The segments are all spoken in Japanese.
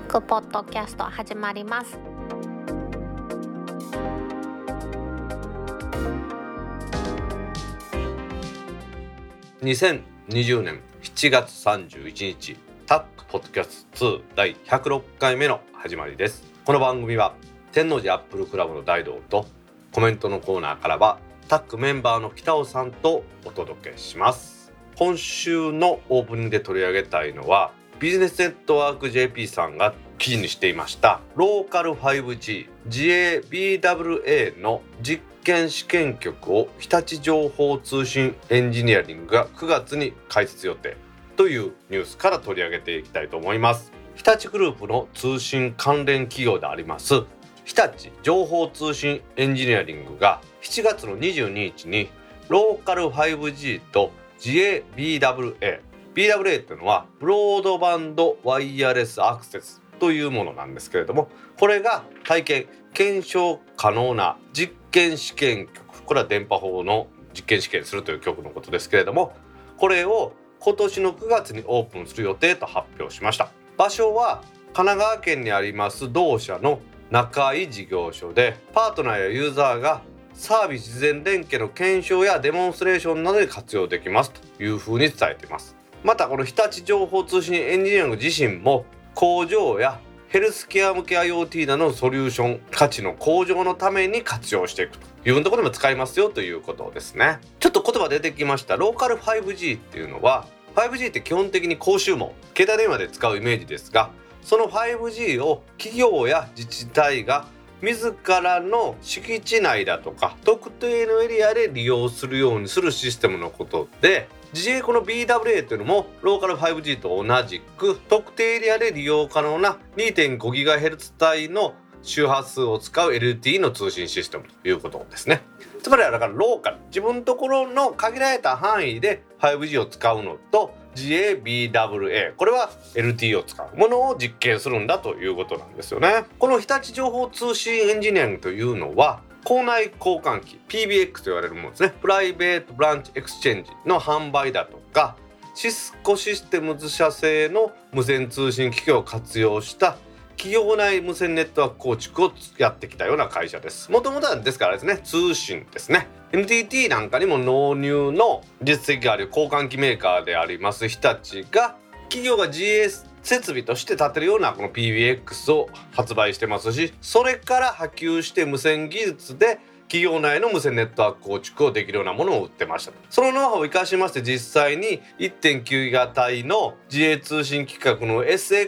クポッドキャスト始まります。 2020年7月31日タックポッドキャスト2第106回目の始まりです。この番組は天王寺アップルクラブの大道とコメントのコーナーからはタックメンバーの北尾さんとお届けします。今週のオープニングで取り上げたいのはビジネスネットワーク JP さんが記事にしていましたローカル 5G GABWA の実験試験局を日立情報通信エンジニアリングが9月に開設予定というニュースから取り上げていきたいと思います。日立グループの通信関連企業であります日立情報通信エンジニアリングが7月の22日にローカル 5G と GABWA BWA というのはブロードバンドワイヤレスアクセスというものなんですけれども、これが検証可能な実験試験局、これは電波法の実験試験するという局のことですけれども、これを今年の9月にオープンする予定と発表しました。場所は神奈川県にあります同社の中井事業所で、パートナーやユーザーがサービス事前連携の検証やデモンストレーションなどで活用できますというふうに伝えています。またこの日立情報通信エンジニアリング自身も工場やヘルスケア向け IoT などのソリューション価値の向上のために活用していくというところでも使いますよということですね。ちょっと言葉出てきましたローカル 5G っていうのは 5G って基本的に高周網携帯電話で使うイメージですが、その 5G を企業や自治体が自らの敷地内だとか特定のエリアで利用するようにするシステムのことで、この BWA というのもローカル 5G と同じく特定エリアで利用可能な 2.5GHz 帯の周波数を使う LTE の通信システムということですね。つまりはだからローカル、自分のところの限られた範囲で 5G を使うのと GABWA、 これは LTE を使うものを実験するんだということなんですよね。この日立情報通信エンジニアリングというのは校内交換機 PBX と言われるものですね。プライベートブランチエクスチェンジの販売だとか、シスコシステムズ社製の無線通信機器を活用した企業内無線ネットワーク構築をやってきたような会社です。もともとはですからですね、通信ですね。 NTT なんかにも納入の実績がある交換機メーカーであります日立が、企業が GS 設備として建てるようなこの PBX を発売してますし、それから波及して無線技術で企業内の無線ネットワーク構築をできるようなものを売ってました。そのノウハウを生かしまして実際に 1.9 ギガ帯の自営通信規格の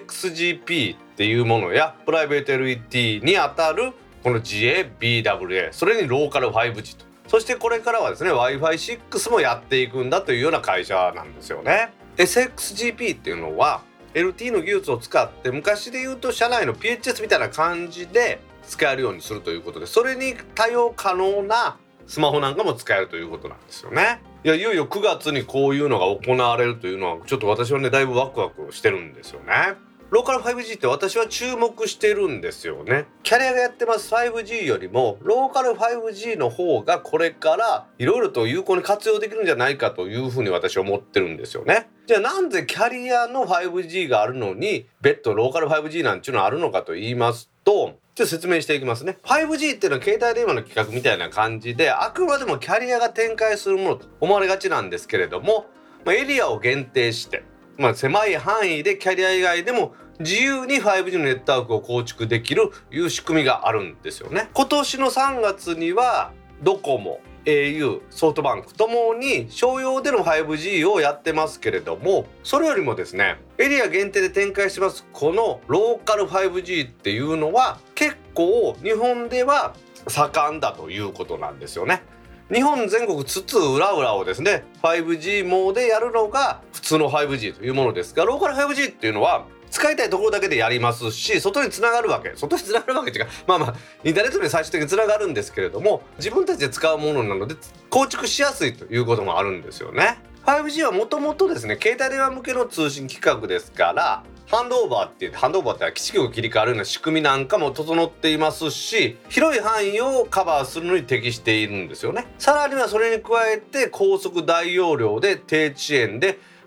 SXGP っていうものやプライベート LTE にあたるこの GABWA、 それにローカル 5G と、そしてこれからはですね Wi-Fi6 もやっていくんだというような会社なんですよね。 SXGP っていうのは LTE の技術を使って昔で言うと社内の PHS みたいな感じで使えるようにするということで、それに対応可能なスマホなんかも使えるということなんですよね。いよいよ9月にこういうのが行われるというのはちょっと私はねだいぶワクワクしてるんですよね。ローカル 5G って私は注目してるんですよね。キャリアがやってます 5G よりもローカル 5G の方がこれからいろいろと有効に活用できるんじゃないかというふうに私は思ってるんですよね。じゃあなんでキャリアの 5G があるのに別途ローカル 5G なんていうのはあるのかと言いますと、ちょっと説明していきますね。 5G っていうのは携帯電話の規格みたいな感じであくまでもキャリアが展開するものと思われがちなんですけれども、エリアを限定して狭い範囲でキャリア以外でも自由に 5G のネットワークを構築できるいう仕組みがあるんですよね。今年の3月にはドコモ、au、ソフトバンクともに商用での 5G をやってますけれども、それよりもですねエリア限定で展開してますこのローカル 5G っていうのは結構日本では盛んだということなんですよね。日本全国津々浦々をですね 5G モードでやるのが普通の 5G というものですが、ローカル 5G っていうのは使いたいところだけでやりますし、外につながるわけっていうかインターネットに最終的につながるんですけれども、自分たちで使うものなので構築しやすいということもあるんですよね。 5G はもともとですね携帯電話向けの通信規格ですから、ハンドオーバーっていう基地局を切り替わるような仕組みなんかも整っていますし、広い範囲をカバーするのに適しているんですよね。さらにはそれに加えて高速大容量で低遅延で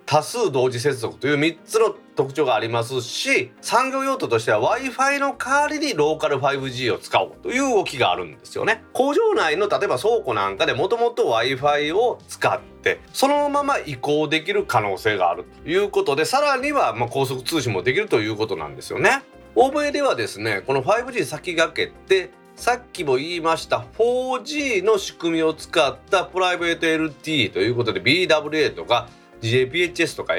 多数同時接続という3つの特徴がありますし、産業用途としては Wi-Fi の代わりにローカル 5G を使おうという動きがあるんですよね。工場内の例えば倉庫なんかでもともと Wi-Fi を使ってそのまま移行できる可能性があるということで、さらには高速通信もできるということなんですよね。欧米ではですね、この 5G 先駆けてさっきも言いました 4G の仕組みを使ったプライベート LTE ということで BWA とか GPHS とか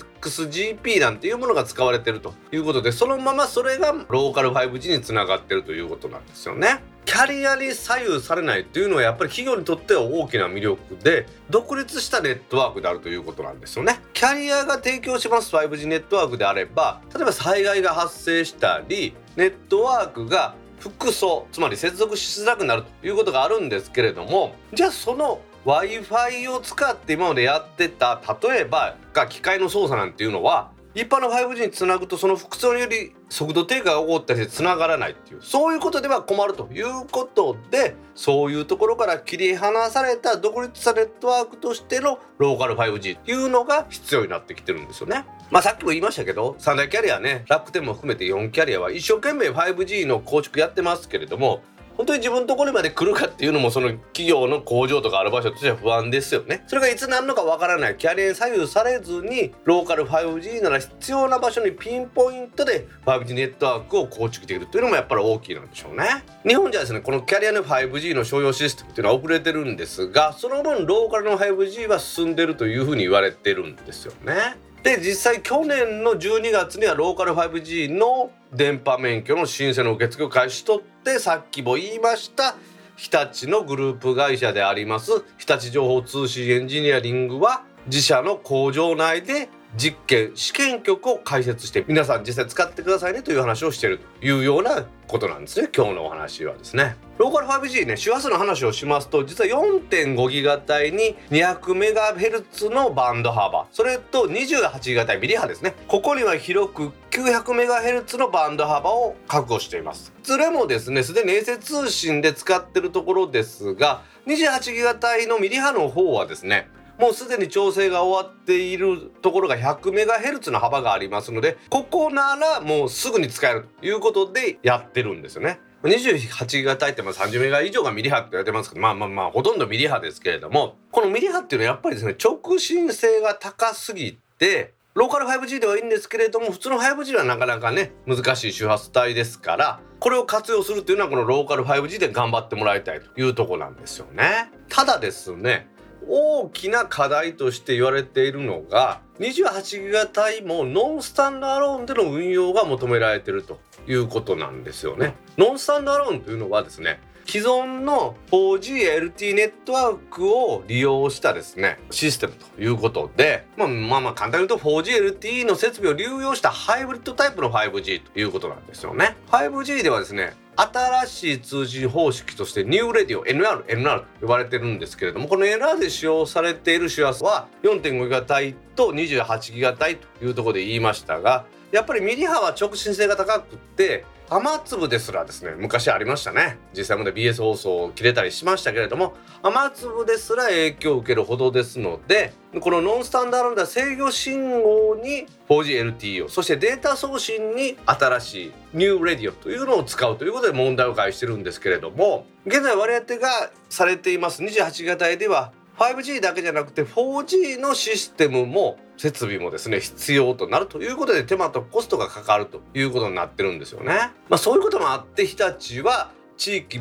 SXGP なんていうものが使われているということで、そのままそれがローカル 5G につながっているということなんですよね。キャリアに左右されないというのはやっぱり企業にとっては大きな魅力で、独立したネットワークであるということなんですよね。キャリアが提供します 5G ネットワークであれば、例えば災害が発生したりネットワークが複素、つまり接続しづらくなるということがあるんですけれども、じゃあそのWi-Fi を使って今までやってた例えば機械の操作なんていうのは一般の 5G につなぐとその複素により速度低下が起こったりしてつながらないっていう、そういうことでは困るということで、そういうところから切り離された独立したネットワークとしてのローカル 5G っていうのが必要になってきてるんですよね。さっきも言いましたけど3大キャリアね、楽天も含めて4キャリアは一生懸命 5G の構築やってますけれども、本当に自分のところにまで来るかっていうのもその企業の工場とかある場所としては不安ですよね。それがいつなるのかわからない、キャリアに左右されずにローカル 5G なら必要な場所にピンポイントで 5G ネットワークを構築できるというのもやっぱり大きいなんでしょうね。日本じゃですね、このキャリアの 5G の商用システムっていうのは遅れてるんですが、その分ローカルの 5G は進んでるというふうに言われてるんですよね。で実際去年の12月にはローカル 5G の電波免許の申請の受付を開始しとって、さっきも言いました日立のグループ会社であります日立情報通信エンジニアリングは自社の工場内で実験試験局を開設して皆さん実際使ってくださいねという話をしているというようなことなんですね。今日のお話はですね、ローカル 5G ね、周波数の話をしますと実は 4.5 ギガ帯に200メガヘルツのバンド幅、それと28ギガ帯ミリ波ですね、ここには広く900メガヘルツのバンド幅を確保しています。いずれもですねすでに衛星通信で使っているところですが、28ギガ帯のミリ波の方はですねもうすでに調整が終わっているところが100メガヘルツの幅がありますので、ここならもうすぐに使えるということでやってるんですよね。28ギガ帯って30メガ以上がミリ波って言われてますけど、ほとんどミリ波ですけれども、このミリ波っていうのはやっぱりですね直進性が高すぎて、ローカル 5G ではいいんですけれども普通の 5G はなかなかね難しい周波数帯ですから、これを活用するというのはこのローカル 5G で頑張ってもらいたいというところなんですよね。ただですね、大きな課題として言われているのが28ギガ帯もノンスタンドアローンでの運用が求められているということなんですよね。ノンスタンドアローンというのはですね、既存の 4G LTE ネットワークを利用したですねシステムということで、簡単に言うと 4G LTE の設備を流用したハイブリッドタイプの 5G ということなんですよね。 5G ではですね新しい通信方式としてニューレディオ NR と呼ばれてるんですけれども、この NR で使用されている周波数は 4.5 ギガ帯と28ギガ帯というところで言いましたが、やっぱりミリ波は直進性が高くって雨粒ですらですね昔ありましたね、実際まで BS 放送切れたりしましたけれども、雨粒ですら影響を受けるほどですので、このノンスタンダードな制御信号に 4G LTE を、そしてデータ送信に新しいニューレディオというのを使うということで問題を解してるんですけれども、現在割り当てがされています28型帯では 5G だけじゃなくて 4G のシステムも設備もですね必要となるということで手間とコストがかかるということになってるんですよね。そういうこともあって日立は地域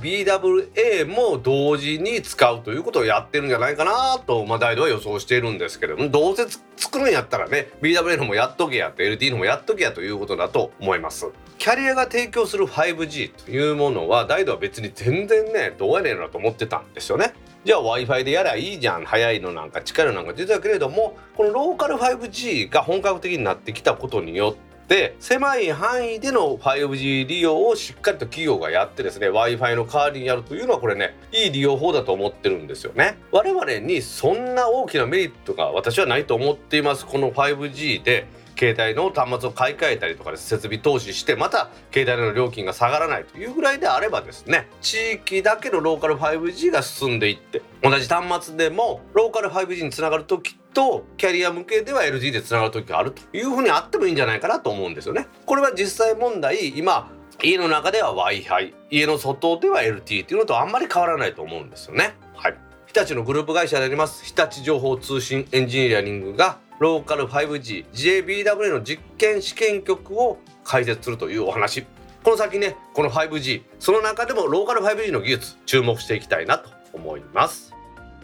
BWA も同時に使うということをやってるんじゃないかなと大同は予想しているんですけれども、どうせ作るんやったらね BWA のもやっとけやって LTE のもやっとけやということだと思います。キャリアが提供する 5G というものは大同は別に全然ねどうやねんなと思ってたんですよね。じゃあ Wi-Fi でやりゃいいじゃん、早いのなんか近いのなんか出たけれども、このローカル 5G が本格的になってきたことによって狭い範囲での 5G 利用をしっかりと企業がやってですね Wi-Fi の代わりにやるというのはこれねいい利用法だと思ってるんですよね。我々にそんな大きなメリットが私はないと思っています。この 5G で携帯の端末を買い替えたりとかで設備投資してまた携帯の料金が下がらないというぐらいであればですね、地域だけのローカル 5G が進んでいって同じ端末でもローカル 5G につながるときとキャリア向けでは LTE でつながるときがあるというふうにあってもいいんじゃないかなと思うんですよね。これは実際問題、今家の中では Wi-Fi、 家の外では LTE っていうのとあんまり変わらないと思うんですよね。はい。日立のグループ会社であります日立情報通信エンジニアリングがローカル 5G JBWA の実験試験局を開設するというお話。この先ね、この 5G、 その中でもローカル 5G の技術注目していきたいなと思います。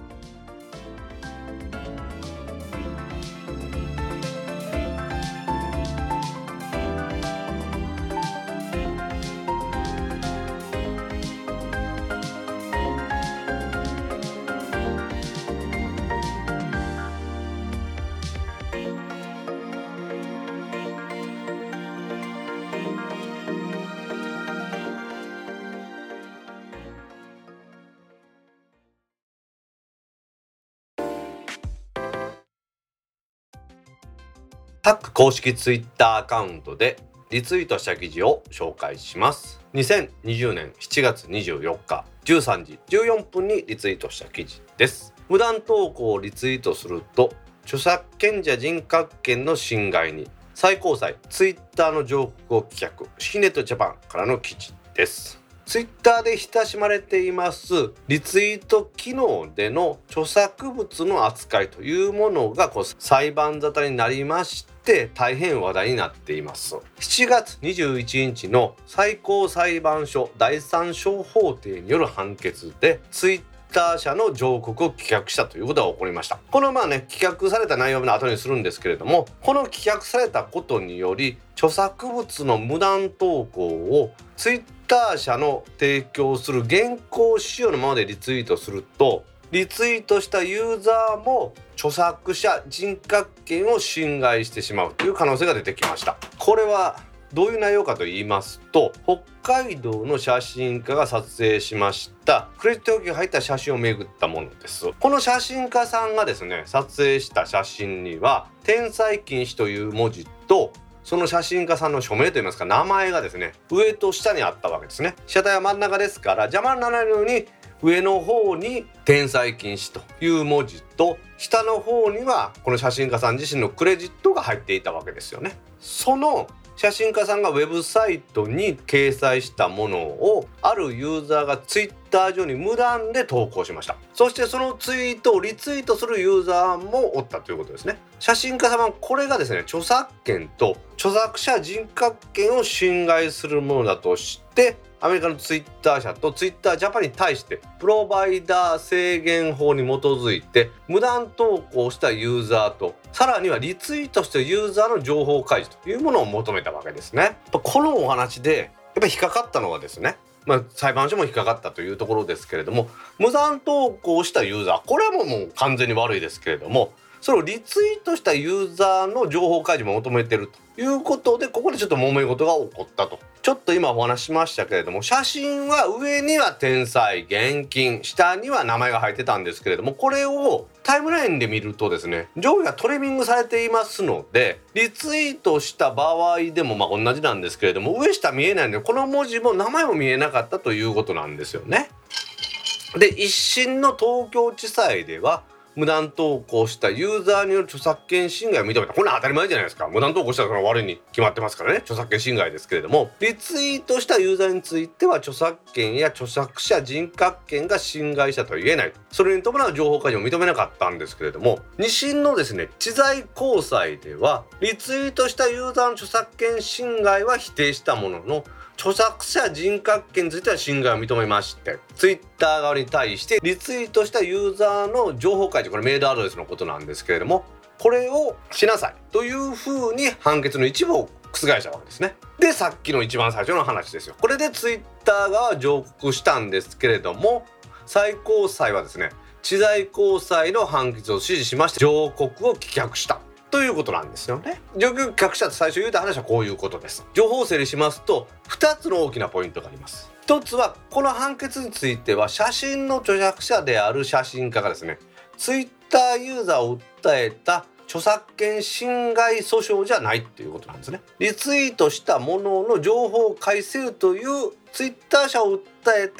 タック公式ツイッターアカウントでリツイートした記事を紹介します。2020年7月24日13時14分にリツイートした記事です。無断投稿をリツイートすると著作権者人格権の侵害に、最高裁ツイッターの上告を棄却、シキネットジャパンからの記事です。ツイッターで親しまれていますリツイート機能での著作物の扱いというものが裁判沙汰になりまして大変話題になっています。7月21日の最高裁判所第三小法廷による判決でツイッター社の上告を棄却したということが起こりました。この棄却された内容の後にするんですけれども、この棄却されたことにより著作物の無断投稿をツイッター社の提供する現行仕様のままでリツイートすると、リツイートしたユーザーも著作者人格権を侵害してしまうという可能性が出てきました。これはどういう内容かと言いますと、北海道の写真家が撮影しましたクレジット表記が入った写真をめぐったものです。この写真家さんがですね、撮影した写真には転載禁止という文字とその写真家さんの署名といいますか名前がですね、上と下にあったわけですね。被写体は真ん中ですから邪魔にならないように上の方に転載禁止という文字と下の方にはこの写真家さん自身のクレジットが入っていたわけですよね。その写真家さんがウェブサイトに掲載したものをあるユーザーがツイッター上に無断で投稿しました。そしてそのツイートをリツイートするユーザーもおったということですね。写真家様はこれがですね、著作権と著作者人格権を侵害するものだとしてアメリカのツイッター社とツイッタージャパンに対してプロバイダー制限法に基づいて無断投稿したユーザーとさらにはリツイートしたユーザーの情報開示というものを求めたわけですね。このお話でやっぱり引っかかったのはですね、裁判所も引っかかったというところですけれども、無断投稿したユーザー、これはもう完全に悪いですけれども、それをリツイートしたユーザーの情報開示も求めているということで、ここでちょっと揉め事が起こったと。ちょっと今お話しましたけれども、写真は上には転載現金、下には名前が入ってたんですけれども、これをタイムラインで見るとですね、上下がトリミングされていますので、リツイートした場合でも同じなんですけれども、上下見えないのでこの文字も名前も見えなかったということなんですよね。で、一審の東京地裁では無断投稿したユーザーによる著作権侵害を認めた。これは当たり前じゃないですか。無断投稿したらその悪いに決まってますからね、著作権侵害ですけれども、リツイートしたユーザーについては著作権や著作者人格権が侵害したとは言えない。それに伴う情報開示を認めなかったんですけれども、二審のですね、知財高裁ではリツイートしたユーザーの著作権侵害は否定したものの、著作者人格権については侵害を認めまして、ツイッター側に対してリツイートしたユーザーの情報開示、これメールアドレスのことなんですけれども、これをしなさいというふうに判決の一部を覆したわけですね。で、さっきの一番最初の話ですよ。これでツイッター側は上告したんですけれども、最高裁はですね、知財高裁の判決を支持しまして上告を棄却したということなんですよね。上告棄却したと最初言った話はこういうことです。情報を整理しますと2つの大きなポイントがあります。一つはこの判決については写真の著作者である写真家がですね、ツイッターユーザーを訴えた著作権侵害訴訟じゃないということなんですね。リツイートしたものの情報を開示せるというツイッター社を訴えた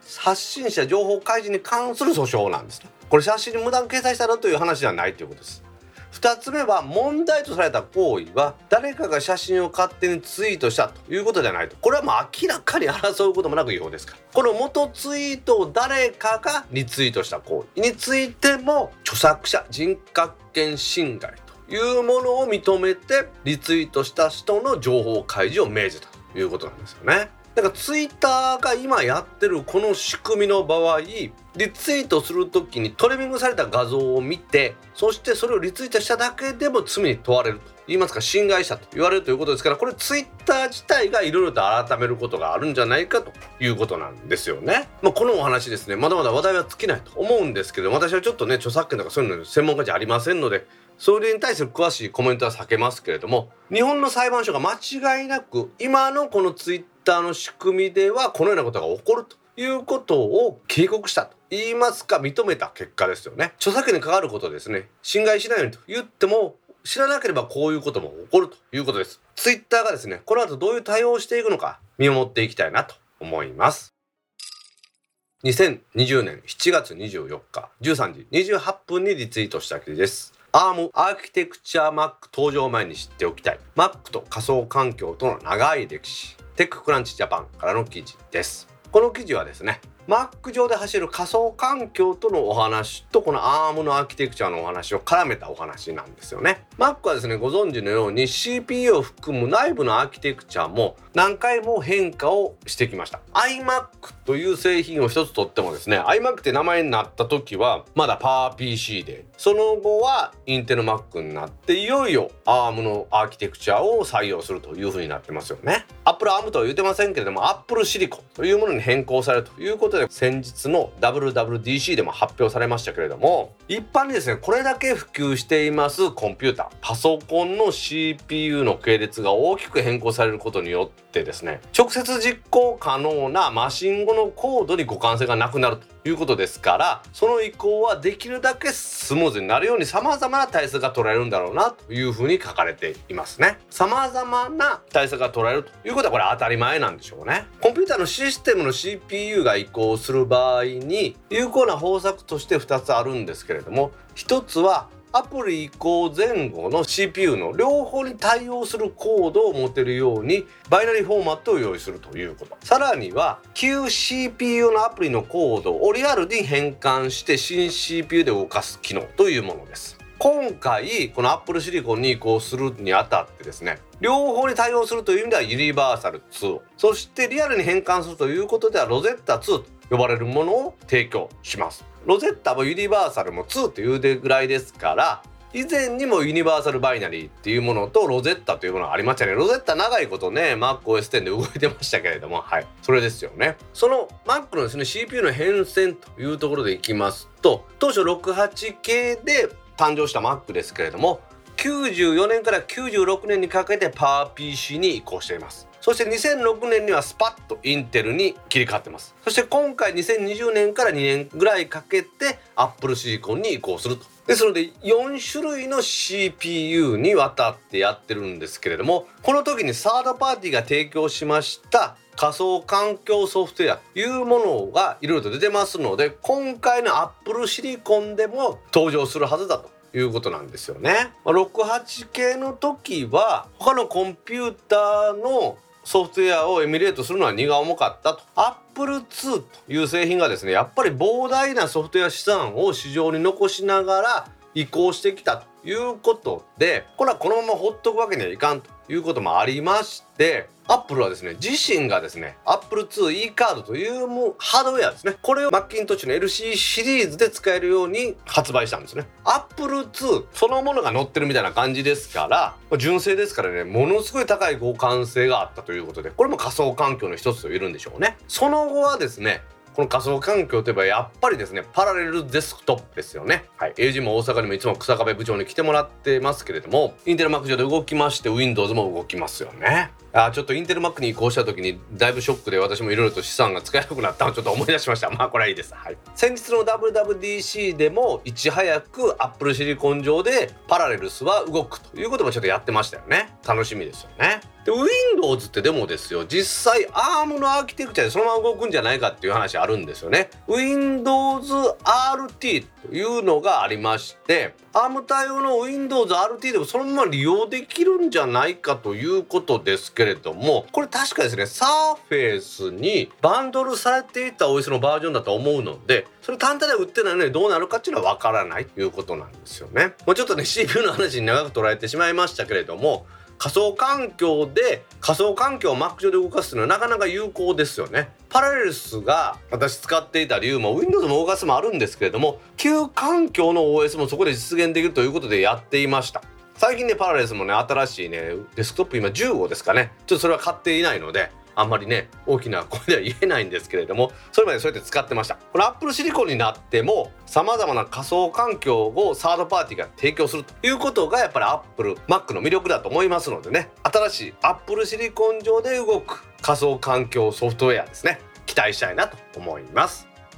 発信者情報開示に関する訴訟なんですね。これ写真に無断掲載したらという話ではないということです。2つ目は問題とされた行為は誰かが写真を勝手にツイートしたということではないと。これはもう明らかに争うこともなく違法ですから、この元ツイートを誰かがリツイートした行為についても著作者人格権侵害というものを認めてリツイートした人の情報開示を命じたということなんですよね。だからツイッターが今やってるこの仕組みの場合、リツイートするときにトリミングされた画像を見て、そしてそれをリツイートしただけでも罪に問われると言いますか、侵害したと言われるということですから、これツイッター自体がいろいろと改めることがあるんじゃないかということなんですよね。このお話ですね、まだまだ話題は尽きないと思うんですけど、私はちょっとね著作権とかそういうの専門家じゃありませんので、それに対する詳しいコメントは避けますけれども、日本の裁判所が間違いなく今のこのツイッターの仕組みではこのようなことが起こるということを警告したと言いますか、認めた結果ですよね。著作権に関わることですね、侵害しないようにと言っても、知らなければこういうことも起こるということです。ツイッターがですね、この後どういう対応をしていくのか見守っていきたいなと思います。2020年7月24日13時28分にリツイートした記事です。ARM アーキテクチャ Mac 登場前に知っておきたい Mac と仮想環境との長い歴史、テッククランチジャパンからの記事です。この記事はですね、Mac 上で走る仮想環境とのお話とこの ARM のアーキテクチャのお話を絡めたお話なんですよね。Mac はですね、ご存知のように CPU を含む内部のアーキテクチャも何回も変化をしてきました。 iMac という製品を一つとってもですね、 iMac って名前になった時はまだ PowerPC で、その後は Intel Mac になって、いよいよ ARM のアーキテクチャを採用するという風になってますよね。 Apple ARM とは言ってませんけれども、 Apple Silicon というものに変更されるということで、先日の WWDC でも発表されましたけれども、一般にですね、これだけ普及していますコンピューター、パソコンの CPU の系列が大きく変更されることによってですね、直接実行可能なマシン後のコードに互換性がなくなるということですから、その移行はできるだけスムーズになるように様々な対策が取られるんだろうなというふうに書かれていますね。様々な対策が取られるということはこれ当たり前なんでしょうね。コンピューターのシステムの CPU が移行する場合に有効な方策として2つあるんですけれども、1つはアプリ移行前後の CPU の両方に対応するコードを持てるようにバイナリーフォーマットを用意するということ。さらには旧 CPU のアプリのコードをリアルに変換して新 CPU で動かす機能というものです。今回この Apple Silicon に移行するにあたってですね、両方に対応するという意味ではユニバーサル2を、そしてリアルに変換するということではロゼッタ2と呼ばれるものを提供します。ロゼッタもユニバーサルも2というぐらいですから、以前にもユニバーサルバイナリーっていうものとロゼッタというものがありましたね。ロゼッタ長いことね MacOS X で動いてましたけれども、はい、それですよね。その Mac のですね CPU の変遷というところでいきますと、当初68系で誕生した Mac ですけれども、94年から96年にかけて PowerPC に移行しています。そして2006年にはスパッとインテルに切り替わってます。そして今回2020年から2年ぐらいかけて Apple Silicon に移行すると。ですので4種類の CPU にわたってやってるんですけれども、この時にサードパーティーが提供しました仮想環境ソフトウェアというものがいろいろと出てますので、今回の Apple Silicon でも登場するはずだということなんですよね。68系の時は他のコンピューターのソフトウェアをエミュレートするのは荷が重かったと。 Apple II という製品がですね、やっぱり膨大なソフトウェア資産を市場に残しながら移行してきたということで、これはこのままほっとくわけにはいかんということもありまして、アップルはですね自身がですね Apple II E カードというハードウェアですね、これをマッキントッシュの LC シリーズで使えるように発売したんですね。 Apple II そのものが載ってるみたいな感じですから、純正ですからね、ものすごい高い互換性があったということで、これも仮想環境の一つと言えるんでしょうね。その後はですね、この仮想環境といえばやっぱりですねパラレルデスクトップですよね。はい、AG も大阪にもいつも草壁部長に来てもらってますけれども、インテル Mac 上で動きまして Windows も動きますよね。 ちょっとインテル Mac に移行した時にだいぶショックで、私もいろいろと資産が使えなくなったのをちょっと思い出しました。これはいいです。はい、先日の WWDC でもいち早く Apple シリコン上でパラレルスは動くということもちょっとやってましたよね。楽しみですよね。で Windows ってでもですよ、実際 ARM のアーキテクチャでそのまま動くんじゃないかっていう話あるんですよね。 Windows RT というのがありまして、 ARM 対応の Windows RT でもそのまま利用できるんじゃないかということですけれども、これ確かですね、Surface にバンドルされていた OS のバージョンだと思うので、それ単体で売ってないのでどうなるかっていうのは分からないということなんですよね。もうちょっとね CPU の話に長く捉えてしまいましたけれども、仮想環境を Mac 上で動かすのはなかなか有効ですよね。パラレルスが私使っていた理由も Windows も動かすもあるんですけれども、旧環境の OS もそこで実現できるということでやっていました。最近ねパラレルスもね新しいねデスクトップ今15ですかね、ちょっとそれは買っていないのであんまりね大きな声では言えないんですけれども、それまでそうやって使ってました。この Apple シリコンになっても様々な仮想環境をサードパーティーが提供するということがやっぱり Apple Mac の魅力だと思いますのでね、新しい Apple シリコン上で動く仮想環境ソフトウェアですね、期待したいなと思います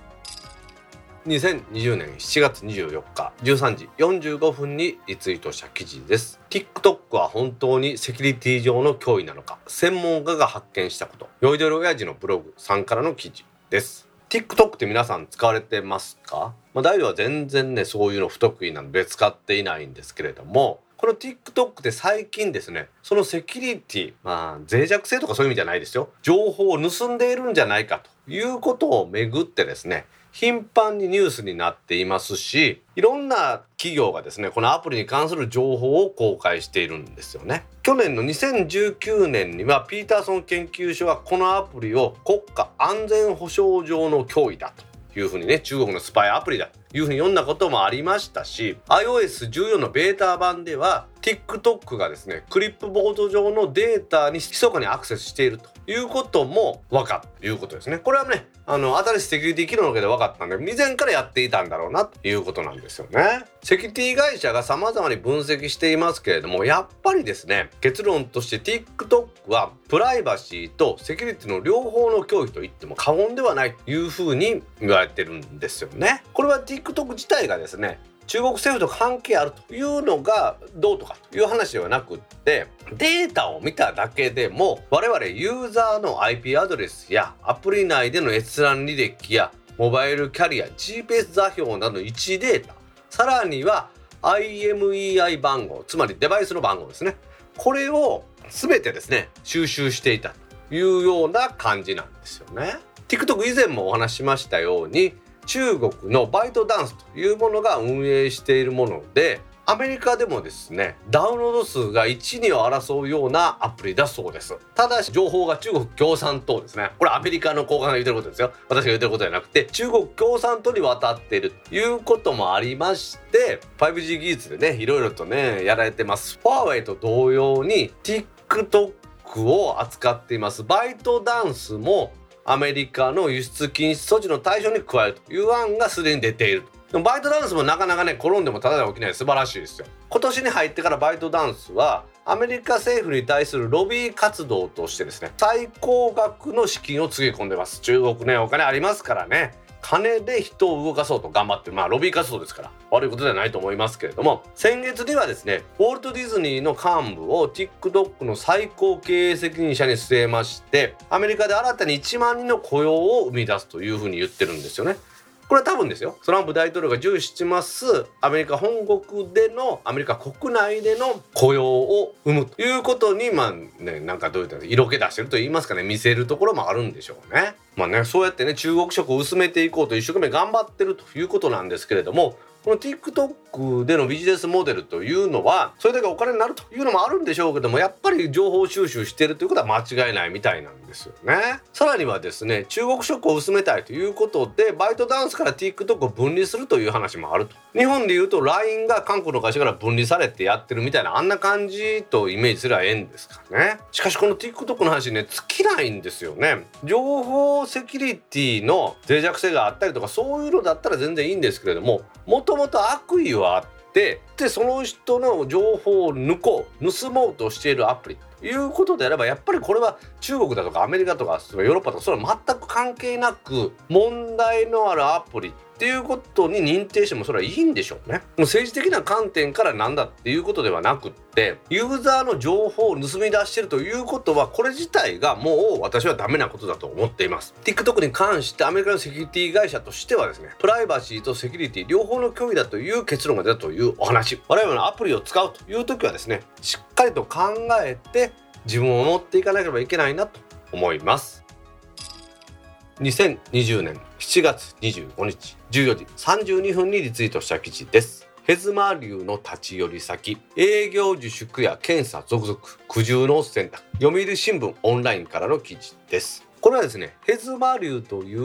。2020年7月24日13時45分にリツイートした記事です。 TikTok は本当にセキュリティ上の脅威なのか、専門家が発見したこと。酔いどれ親父のブログさんからの記事です。 TikTok って皆さん使われてますか？大丈夫は全然ねそういうの不得意なので使っていないんですけれども、この TikTok って最近ですね、そのセキュリティ、脆弱性とかそういう意味じゃないですよ、情報を盗んでいるんじゃないかということをめぐってですね頻繁にニュースになっていますし、いろんな企業がですねこのアプリに関する情報を公開しているんですよね。去年の2019年にはピーターソン研究所はこのアプリを国家安全保障上の脅威だというふうにね、中国のスパイアプリだというふうに読んだこともありましたし、 iOS14 のベータ版では TikTok がですねクリップボード上のデータに密かにアクセスしているということも分かったということですね。これはね新しいセキュリティ機能のおかげで分かったんで、以前からやっていたんだろうなということなんですよね。セキュリティ会社が様々に分析していますけれども、やっぱりですね結論として TikTok はプライバシーとセキュリティの両方の脅威と言っても過言ではないというふうに言われてるんですよね。これは TikTok 自体がですね中国政府と関係あるというのがどうとかという話ではなくって、データを見ただけでも我々ユーザーの IP アドレスやアプリ内での閲覧履歴やモバイルキャリア GPS 座標などの位置データ、さらには IMEI 番号、つまりデバイスの番号ですね、これを全てですね収集していたというような感じなんですよね。 TikTok 以前もお話ししましたように中国のバイトダンスというものが運営しているもので、アメリカでもですねダウンロード数が1、2を争うようなアプリだそうです。ただし情報が中国共産党ですね、これアメリカの高官が言ってることですよ、私が言ってることじゃなくて中国共産党に渡っているということもありまして、 5G 技術でねいろいろとねやられてます。ファーウェイと同様に TikTok を扱っていますバイトダンスもアメリカの輸出禁止措置の対象に加えるという案がすでに出ている。でもバイトダンスもなかなかね転んでもただで起きない素晴らしいですよ。今年に入ってからバイトダンスはアメリカ政府に対するロビー活動としてですね最高額の資金をつぎ込んでます。中国ねお金ありますからね、金で人を動かそうと頑張ってる、ロビー活動ですから悪いことではないと思いますけれども、先月にはですねウォルト・ディズニーの幹部を TikTok の最高経営責任者に据えまして、アメリカで新たに1万人の雇用を生み出すというふうに言ってるんですよね。これは多分ですよ、トランプ大統領が重視してますアメリカ本国でのアメリカ国内での雇用を生むということになんかどういった色気出してると言いますかね、見せるところもあるんでしょうね。そうやってね中国色を薄めていこうと一生懸命頑張ってるということなんですけれども、この TikTok でのビジネスモデルというのはそれだけお金になるというのもあるんでしょうけども、やっぱり情報収集しているということは間違いないみたいなんですよね。さらにはですね中国色を薄めたいということでバイトダンスから TikTok を分離するという話もあると。日本でいうと LINE が韓国の会社から分離されてやってるみたいなあんな感じとイメージすればええんですかね。しかしこの TikTok の話ね尽きないんですよね。情報セキュリティの脆弱性があったりとかそういうのだったら全然いいんですけれども、もともと悪意はあってその人の情報を盗もうとしているアプリ、 いうことであればやっぱりこれは中国だとかアメリカとかヨーロッパとかそれは全く関係なく問題のあるアプリっていうことに認定してもそれはいいんでしょうね。もう政治的な観点からなんだっていうことではなくってユーザーの情報を盗み出してるということはこれ自体がもう私はダメなことだと思っています。 TikTok に関してアメリカのセキュリティ会社としてはですねプライバシーとセキュリティ両方の脅威だという結論が出たというお話。我々のアプリを使うという時はですねしっかりと考えて自分を守っていかなければいけないなと思います。2020年7月25日14時32分にリツイートした記事です。ヘズマ流の立ち寄り先、営業自粛や検査続々、苦渋の選択。読売新聞オンラインからの記事です。これはですねヘズマ流という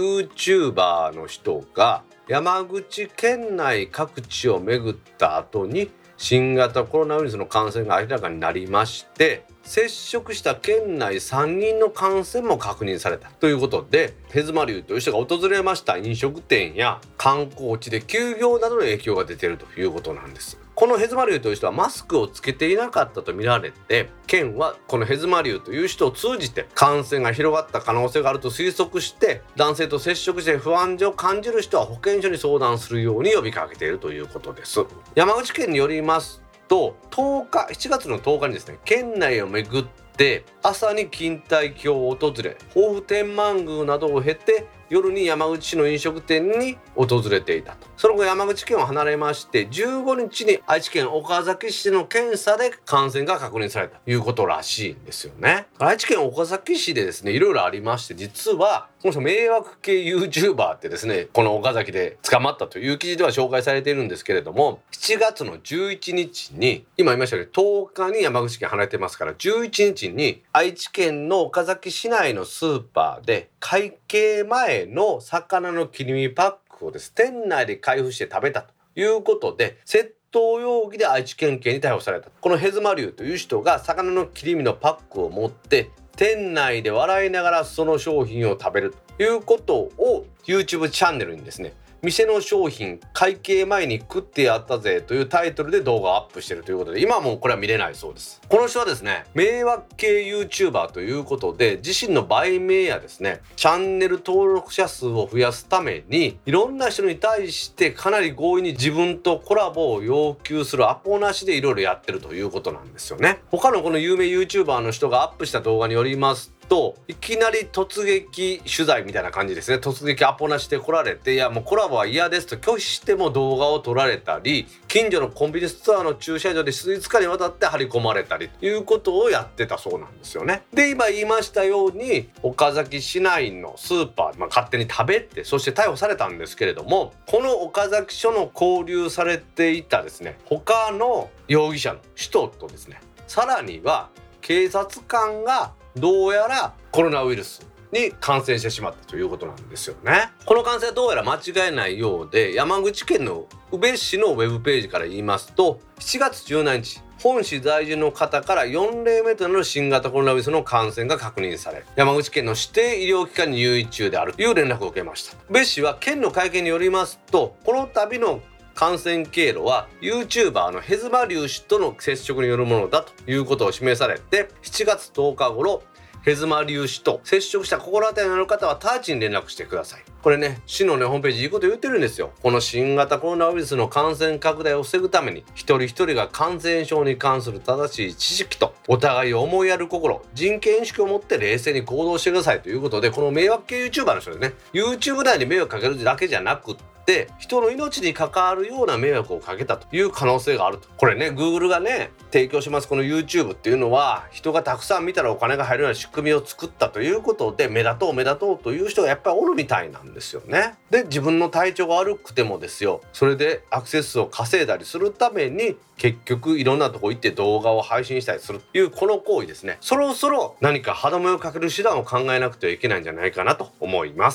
YouTuber の人が山口県内各地を巡った後に新型コロナウイルスの感染が明らかになりまして接触した県内3人の感染も確認されたということでヘズマ流という人が訪れました飲食店や観光地で休業などの影響が出ているということなんです。このヘズマ流という人はマスクをつけていなかったとみられて県はこのヘズマ流という人を通じて感染が広がった可能性があると推測して男性と接触して不安を感じる人は保健所に相談するように呼びかけているということです。山口県によりますと7月の10日にですね県内を巡って朝に錦帯橋を訪れ防府天満宮などを経て夜に山口市の飲食店に訪れていたと。その後山口県を離れまして15日に愛知県岡崎市の検査で感染が確認されたということらしいんですよね。愛知県岡崎市でですねいろいろありまして実はこの迷惑系 YouTuber ってですねこの岡崎で捕まったという記事では紹介されているんですけれども7月の11日に今言いましたように10日に山口県離れてますから11日に愛知県の岡崎市内のスーパーで会計前の魚の切り身パックをです店内で開封して食べたということで窃盗容疑で愛知県警に逮捕された。このヘズマ流という人が魚の切り身のパックを持って店内で笑いながらその商品を食べるということを YouTube チャンネルにですね店の商品会計前に食ってやったぜというタイトルで動画をアップしているということで今はもうこれは見れないそうです。この人はですね迷惑系 YouTuber ということで自身の売名やですねチャンネル登録者数を増やすためにいろんな人に対してかなり強引に自分とコラボを要求するアポなしでいろいろやってるということなんですよね。他のこの有名 YouTuber の人がアップした動画によりますといきなり突撃取材みたいな感じですね。突撃アポなしで来られていやもうコラボは嫌ですと拒否しても動画を撮られたり近所のコンビニストアの駐車場で数日間にわたって張り込まれたりということをやってたそうなんですよね。で今言いましたように岡崎市内のスーパー、勝手に食べてそして逮捕されたんですけれどもこの岡崎署の勾留されていたですね他の容疑者の人とですねさらには警察官がどうやらコロナウイルスに感染してしまったということなんですよね。この感染はどうやら間違いないようで山口県の宇部市のウェブページから言いますと7月17日本市在住の方から4例目となる新型コロナウイルスの感染が確認され山口県の指定医療機関に入院中であるという連絡を受けました。宇部市は県の会見によりますとこの度の感染経路は YouTuber のヘズマ粒子との接触によるものだということを示されて7月10日頃ヘズマ粒子と接触した心当たりのある方は直ちに連絡してください。これね市のホームページいいこと言ってるんですよ。この新型コロナウイルスの感染拡大を防ぐために一人一人が感染症に関する正しい知識とお互いを思いやる心人権意識を持って冷静に行動してくださいということでこの迷惑系 YouTuber の人ですね YouTube 内に迷惑かけるだけじゃなくって人の命に関わるような迷惑をかけたという可能性があると。これね Google がね提供しますこの YouTube っていうのは人がたくさん見たらお金が入るような仕組みを作ったということで目立とうという人がやっぱりおるみたいなんですよね。で自分の体調が悪くてもですよそれでアクセス数を稼いだりするために結局いろんなとこ行って動画を配信したりするというこの行為ですねそろそろ何か歯止めをかける手段を考えなくてはいけないんじゃないかなと思います。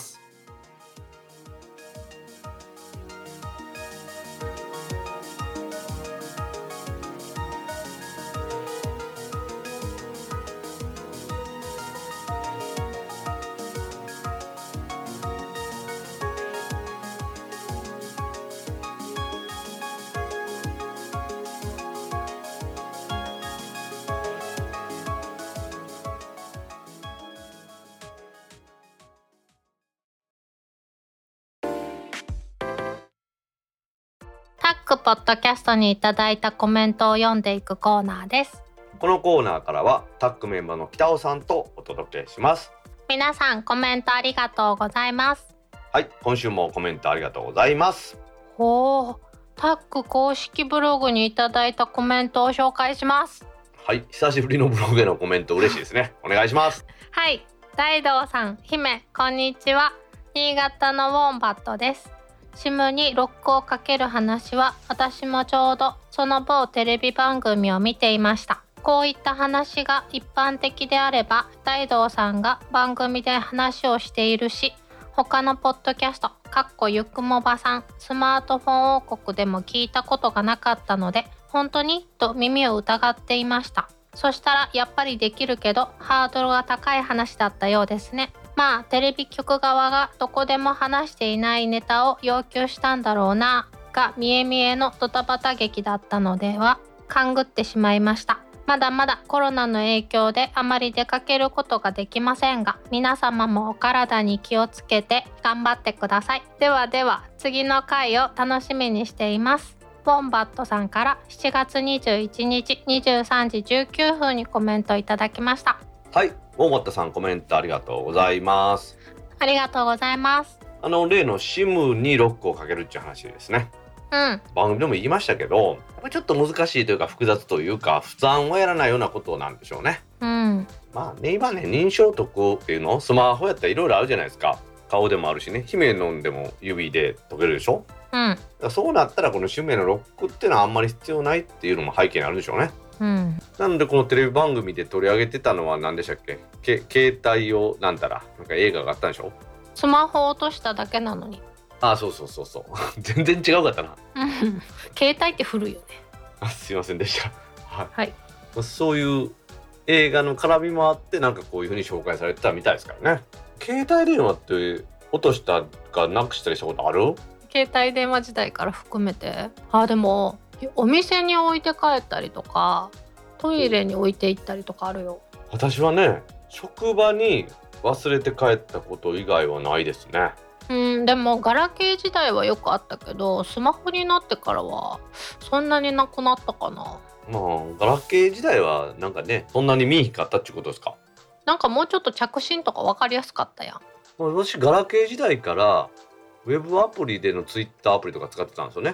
タックポッドキャストにいただいたコメントを読んでいくコーナーです。 このコーナーからはタックメンバーの北尾さんとお届けします。 皆さんコメントありがとうございます。 はい、今週もコメントありがとうございます。 タック公式ブログにいただいたコメントを紹介します。 はい、久しぶりのブログへのコメント嬉しいですね。お願いします。 はい、大道さん、姫、こんにちは。新潟のウォンバットです。シムにロックをかける話は、私もちょうどその某テレビ番組を見ていました。こういった話が一般的であれば、大道さんが番組で話をしているし、他のポッドキャスト、ゆくもばさん、スマートフォン王国でも聞いたことがなかったので、本当にと耳を疑っていました。そしたらやっぱりできるけどハードルが高い話だったようですね。まあテレビ局側がどこでも話していないネタを要求したんだろうなが見え見えのドタバタ劇だったのでは、勘ぐってしまいました。まだまだコロナの影響であまり出かけることができませんが、皆様もお体に気をつけて頑張ってください。ではでは、次の回を楽しみにしています。ウォンバットさんから7月21日23時19分にコメントいただきました。 はい、ウォンバットさんコメントありがとうございます。 ありがとうございます。 例のシムにロックをかけるっていう話ですね。番組でも言いましたけど、ちょっと難しいというか複雑というか普段はやらないようなことなんでしょうね。まあね、今ね、認証解くっていうのスマホやったらいろいろあるじゃないですか。顔でもあるしね、姫のんでも指で解けるでしょ。そうなったらこの趣味のロックっていうのはあんまり必要ないっていうのも背景にあるでしょうね。なのでこのテレビ番組で取り上げてたのは何でしたっけ、携帯をなんか映画があったんでしょ。 スマホを落としただけなのに。 そう全然違うかったな。 携帯って古いよね。 すいませんでした。 はい、 そういう映画の絡みもあってこういう風に紹介されてたみたいですからね。携帯電話って落としたかなくしたりしたことある？ 携帯電話時代から含めて。でもお店に置いて帰ったりとかトイレに置いて行ったりとかあるよ。 私はね、職場に忘れて帰ったこと以外はないですね。 でもガラケー時代はよくあったけど、スマホになってからはそんなになくなったかな。 ガラケー時代はそんなに見えひんかったってことですか。 もうちょっと着信とか分かりやすかったやん。 私ガラケー時代からウェブアプリでのツイッターアプリとか使ってたんですよね。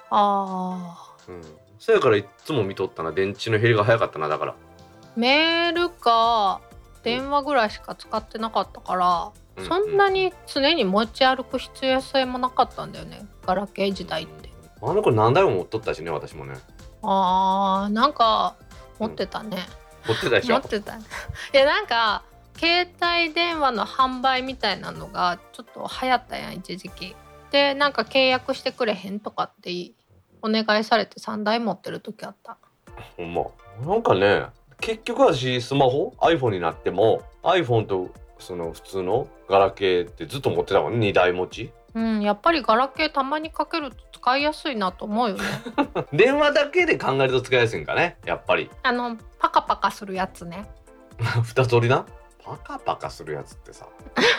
そやからいつも見とったな。電池の減りが早かったな。だからメールか電話ぐらいしか使ってなかったから、そんなに常に持ち歩く必要性もなかったんだよね、ガラケー時代って。 これ何台も持っとったしね、私もね。 持ってたね。 持ってたでしょ。 持ってた。いや携帯電話の販売みたいなのがちょっと流行ったやん、一時期で。契約してくれへんとかってお願いされて3台持ってる時あった。 ほんまね、結局私スマホ iPhone になっても iPhone とその普通のガラケーってずっと持ってたもんね、2台持ち。 やっぱりガラケーたまにかけると使いやすいなと思うよね。 電話だけで考えると使いやすいんかね、やっぱり。 パカパカするやつね。 二通りな。パカパカするやつってさ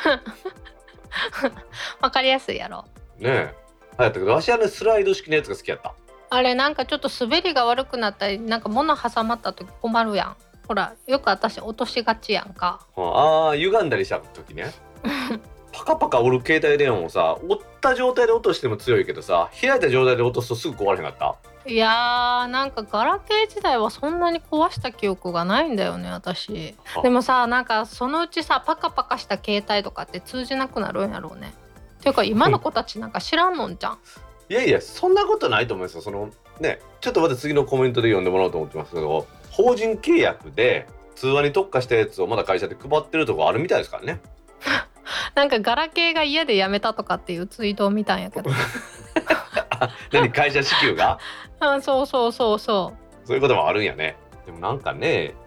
わかりやすいやろね。流行ったけど、私はねスライド式のやつが好きやった。 あれちょっと滑りが悪くなったり物挟まった時困るやん。ほらよく私落としがちやんか。 歪んだりした時ね。パカパカ折る携帯電話もさ、折った状態で落としても強いけどさ、開いた状態で落とすとすぐ壊れへんかった。 いやーガラケー時代はそんなに壊した記憶がないんだよね、私。でもさそのうちさパカパカした携帯とかって通じなくなるんやろうね。ていうか今の子たち知らんのんじゃん。 いやそんなことないと思いますよ。ちょっとまた次のコメントで読んでもらおうと思ってますけど、法人契約で通話に特化したやつをまだ会社で配ってるとこあるみたいですからね。 ガラケーが嫌でやめたとかっていうツイートを見たんやけど。 何、会社支給が？ そうそういうこともあるんやね。でも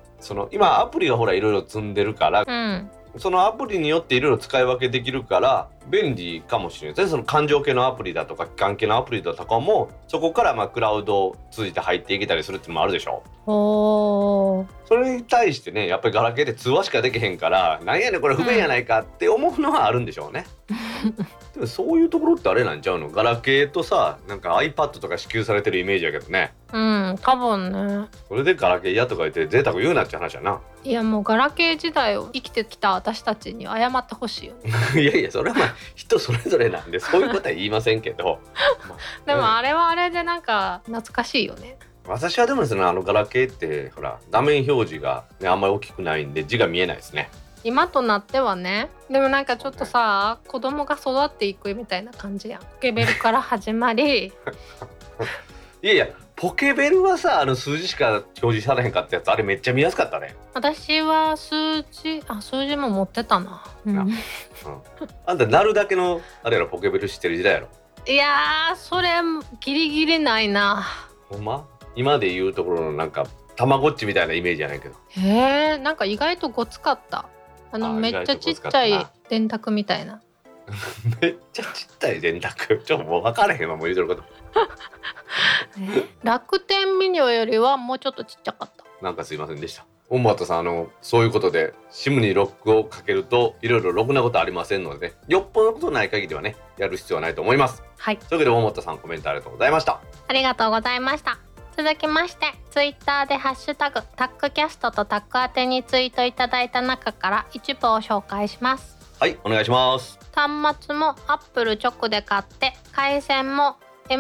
今アプリがほらいろいろ積んでるから、そのアプリによっていろいろ使い分けできるから便利かもしれないですね。その感情系のアプリだとか機関系のアプリだとかもそこからクラウドを通じて入っていけたりするっていうのもあるでしょ。それに対してね、やっぱりガラケーで通話しかできへんからなんやねんこれ不便やないかって思うのはあるんでしょうね、でもそういうところってあれなんちゃうの。ガラケーとさ、なんか iPad とか支給されてるイメージやけどね。 多分ね。 それでガラケー嫌とか言って贅沢言うなって話やな。 いやもうガラケー時代を生きてきた私たちに謝ってほしいよね。 いやいや、それは人それぞれなんでそういうことは言いませんけどでもあれはあれでなんか懐かしいよね。 私はでもですね、ガラケーってほら画面表示が、ね、あんまり大きくないんで字が見えないですね。 今となってはね。でもなんかちょっとさ、子供が育っていくみたいな感じやん。ポケベルから始まりいやいや、ポケベルはさ、数字しか表示されへんかったやつ、あれめっちゃ見やすかったね。 私は数字も持ってたな、 あんた鳴るだけのあれやろ、ポケベル知ってる時代やろ。 いやーそれギリギリないな。 ほんま今で言うところのなんかたまごっちみたいなイメージやないけど。 なんか意外とごつかった。めっちゃちっちゃい電卓みたいな。 めっちゃちっちゃい電卓もう分からへんわ、もう言うとること楽天ミニオよりはもうちょっとちっちゃかった。 なんかすいませんでした。オンバートさん、そういうことで SIM にロックをかけるといろいろろくなことありませんので、よっぽどのことない限りはね、やる必要はないと思います。 はい。 というわけでオンバートさん、コメントありがとうございました。 ありがとうございました。続きまして、ツイッターでハッシュタグタックキャストとタック宛てにツイートいただいた中から一部を紹介します。 はい、お願いします。 端末も Apple 直で買って、回線も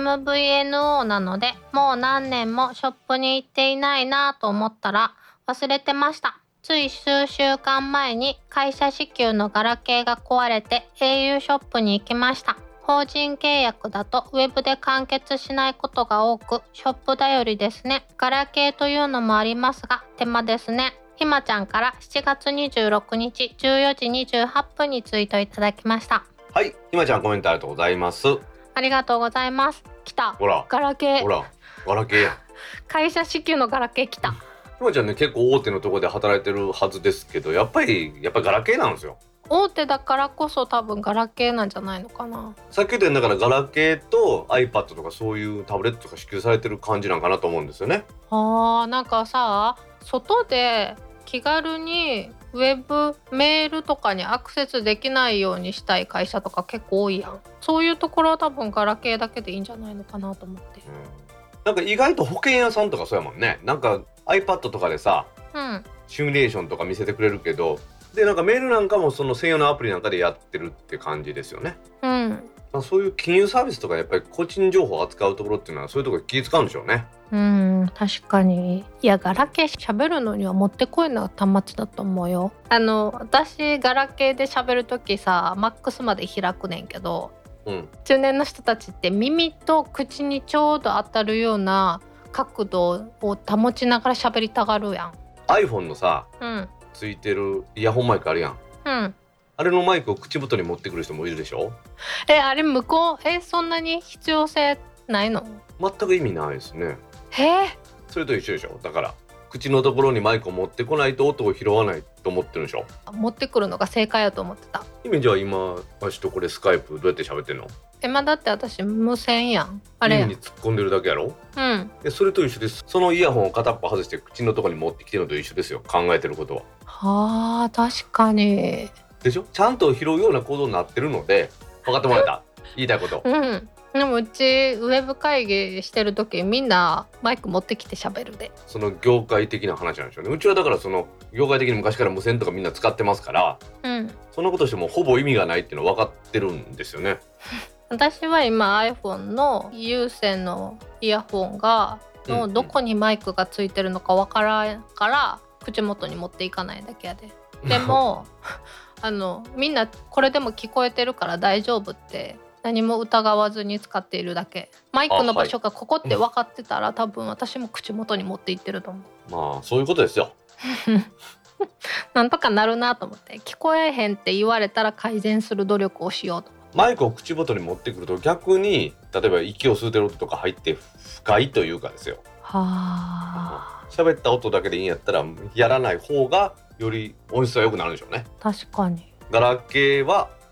MVNO なのでもう何年もショップに行っていないなと思ったら忘れてました。つい数週間前に会社支給のガラケーが壊れて au ショップに行きました。法人契約だとウェブで完結しないことが多く、ショップ頼りですね。ガラケーというのもありますが手間ですね。ひまちゃんから7月26日14時28分にツイートいただきました。 はい、ひまちゃん、コメントありがとうございます。 ありがとうございます。来た。 ほらガラケー。 ほらガラケーや。 会社支給のガラケー来た。 ひまちゃんね、結構大手のところで働いてるはずですけど、やっぱりガラケーなんですよ。 大手だからこそ多分ガラケーなんじゃないのかな。 さっき言ったように、だからガラケーと iPad とかそういうタブレットとか支給されてる感じなんかなと思うんですよね。 なんかさ、外で気軽にウェブメールとかにアクセスできないようにしたい会社とか結構多いやん。そういうところは多分ガラケーだけでいいんじゃないのかなと思って、 なんか意外と保険屋さんとかそうやもんね。なんか iPad とかでさ、シミュレーションとか見せてくれるけど、でなんかメールなんかもその専用のアプリなんかでやってるって感じですよね。そういう金融サービスとかやっぱり個人情報を扱うところっていうのはそういうところ気使うんでしょうね。 確かに。いや、ガラケー喋るのにはもってこいな端末だと思うよ。私ガラケーで喋るときさ、マックスまで開くねんけど、中年の人たちって耳と口にちょうど当たるような角度を保ちながら喋りたがるやん。 iPhone のさ、ついてるイヤホンマイクあるやん。あれのマイクを口元に持ってくる人もいるでしょ。 あれ向こうそんなに必要性ないの？ 全く意味ないですね。それと一緒でしょ。だから口のところにマイクを持ってこないと音を拾わないと思ってるでしょ。 持ってくるのが正解やと思ってた。 じゃあ今わしとこれスカイプどうやって喋ってんの？ だって私無線やん。あれ耳に突っ込んでるだけやろ。それと一緒です。そのイヤホンを片っぽ外して口のところに持ってきてるのと一緒ですよ、考えてることは。 確かに。 でしょ。ちゃんと拾うような行動になってるので、分かってもらえた言いたいこと。でもうちウェブ会議してる時みんなマイク持ってきて喋るで。その業界的な話なんでしょうね。うちはだからその業界的に昔から無線とかみんな使ってますから、そんなことしてもほぼ意味がないっていうのは分かってるんですよね。 私は今 iPhone の有線のイヤホンがもうどこにマイクがついてるのか分からんから口元に持っていかないだけやで。でもみんなこれでも聞こえてるから大丈夫って何も疑わずに使っているだけ。マイクの場所がここって分かってたら、多分私も口元に持っていってると思う。そういうことですよ。なんとかなるなと思って、聞こえへんって言われたら改善する努力をしようと。マイクを口元に持ってくると逆に例えば息を吸うてる音とか入って不快というかですよ。喋った音だけでいいんやったらやらない方がより音質は良くなるんでしょうね。確かに。ガラケーは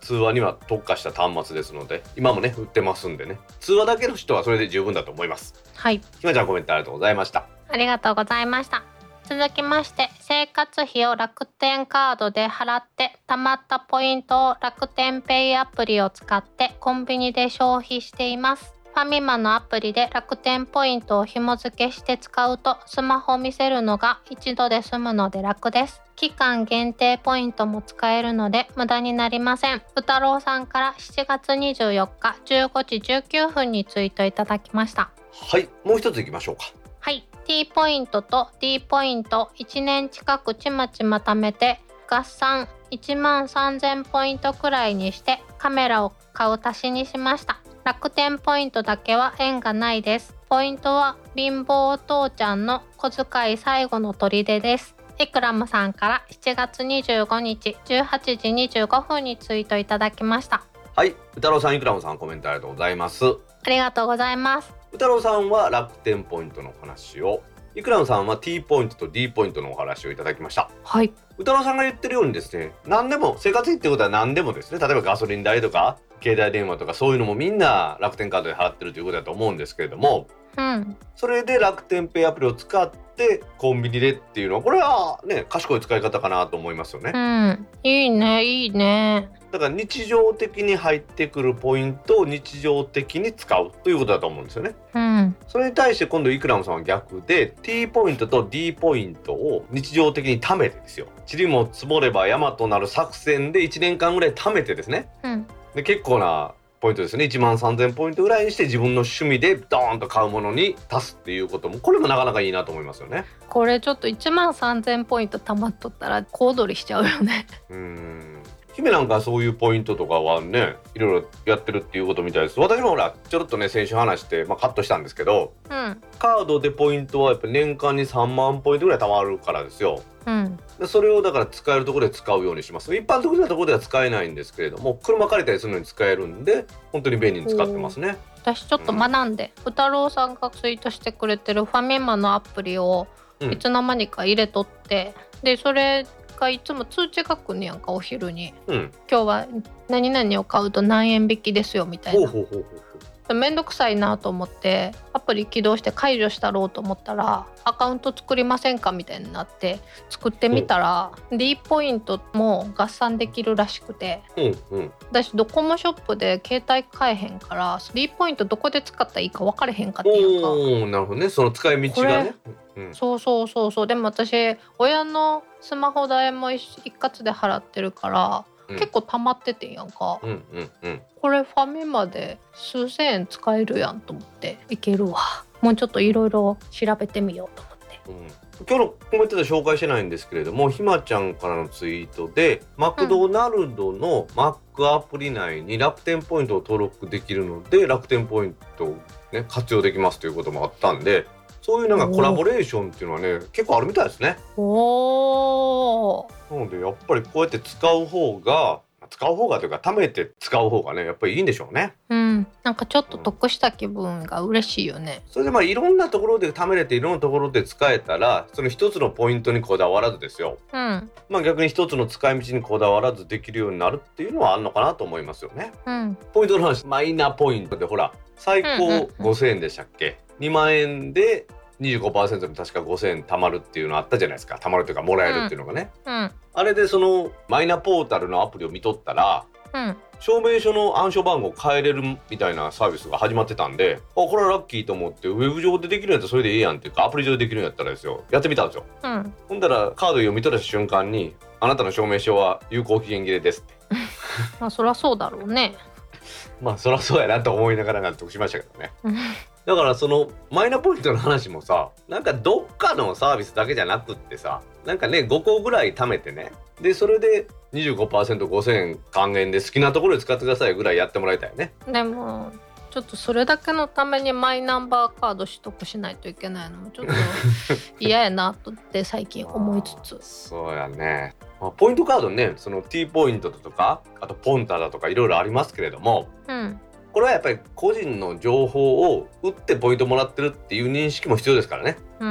通話には特化した端末ですので、今もね売ってますんでね、通話だけの人はそれで十分だと思います。 はい、 ひまちゃんコメントありがとうございました。 ありがとうございました。続きまして、生活費を楽天カードで払って貯まったポイントを楽天ペイアプリを使ってコンビニで消費しています。ファミマのアプリで楽天ポイントを紐付けして使うとスマホを見せるのが一度で済むので楽です。期間限定ポイントも使えるので無駄になりません。うたろうさんから7月24日15時19分にツイートいただきました。 はい、もう一ついきましょうか。 はい、T ポイントと D ポイント1年近くちまちま貯めて合算1万3000ポイントくらいにしてカメラを買う足しにしました。楽天ポイントだけは縁がないです。ポイントは貧乏お父ちゃんの小遣い最後の砦です。イクラムさんから7月25日18時25分にツイートいただきました。 はい、うたろうさん、イクラムさんコメントありがとうございます。 ありがとうございます。 うたろうさんは楽天ポイントの話を、イクラムさんは T ポイントと D ポイントのお話をいただきました。 はい。 うたろうさんが言ってるようにですね、何でも生活費ってことは何でもですね、例えばガソリン代とか携帯電話とかそういうのもみんな楽天カードで払ってるということだと思うんですけれども、それで楽天ペイアプリを使ってコンビニでっていうのは、これはね賢い使い方かなと思いますよね。 いいねいいね。 だから日常的に入ってくるポイントを日常的に使うということだと思うんですよね。それに対して今度イクラムさんは逆で T ポイントと D ポイントを日常的に貯めてですよ、塵も積もれば山となる作戦で1年間ぐらい貯めてですね、で結構なポイントですね、1万3000ポイントぐらいにして自分の趣味でドーンと買うものに足すっていうことも、これもなかなかいいなと思いますよね。 これちょっと1万3000ポイント貯まっとったら小躍りしちゃうよね。 姫なんかそういうポイントとかはね、いろいろやってるっていうことみたいです。私もほらちょろっとね先週話して、カットしたんですけど、カードでポイントはやっぱり年間に3万ポイントぐらい貯まるからですよ。でそれをだから使えるところで使うようにします。一般的なところでは使えないんですけれども、車借りたりするのに使えるんで本当に便利に使ってますね。 私ちょっと学んで、うたろうさんがツイートしてくれてるファミマのアプリをいつの間にか入れとって、でそれがいつも通知が来んねやんか、お昼に、今日は何々を買うと何円引きですよみたいな。めんどくさいなと思ってアプリ起動して解除したろうと思ったら、アカウント作りませんかみたいになって作ってみたら、D ポイントも合算できるらしくて、私ドコモショップで携帯買えへんから D ポイントどこで使ったらいいか分かれへんかっていうか。 なるほどね、その使い道がね。 そうでも私親のスマホ代も一括で払ってるから、結構溜まっててんやんか、これファミマで数千円使えるやんと思っていけるわ。もうちょっといろいろ調べてみようと思って、 今日のコメントで紹介してないんですけれども、ひまちゃんからのツイートでマクドナルドの Mac アプリ内に楽天ポイントを登録できるので、楽天ポイントを、活用できますということもあったんで、そういうなんかコラボレーションっていうのはね結構あるみたいですね。なのでやっぱりこうやって使う方がというか貯めて使う方がねやっぱりいいんでしょうね。 なんかちょっと得した気分が嬉しいよね。 それでいろんなところで貯めれていろんなところで使えたら、その一つのポイントにこだわらずですよ、逆に一つの使い道にこだわらずできるようになるっていうのはあるのかなと思いますよね。ポイントの話、マイナポイントでほら最高5000円でしたっけ、2万円で25% に確か5000円貯まるっていうのあったじゃないですか。貯まるというかもらえるっていうのがね、あれでそのマイナポータルのアプリを見とったら、証明書の暗証番号変えれるみたいなサービスが始まってたんで、これはラッキーと思って、ウェブ上でできるんやったらそれでいいやんっていうか、アプリ上でできるんやったらですよ、やってみたんですよ。ほんだらカード読み取った瞬間に、あなたの証明書は有効期限切れですってそりゃそうだろうね。 そりゃそうやなと思いながら納得しましたけどね。だからそのマイナポイントの話もさ、なんかどっかのサービスだけじゃなくってさ、なんかね5個ぐらい貯めてね、でそれで 25%5000 円還元で好きなところで使ってくださいぐらいやってもらいたいよね。 でもちょっとそれだけのためにマイナンバーカード取得しないといけないのもちょっと嫌やなとって最近思いつつそうやね。ポイントカードね、その T ポイントだとかあとポンタだとかいろいろありますけれども、これはやっぱり個人の情報を売ってポイントもらってるっていう認識も必要ですからね。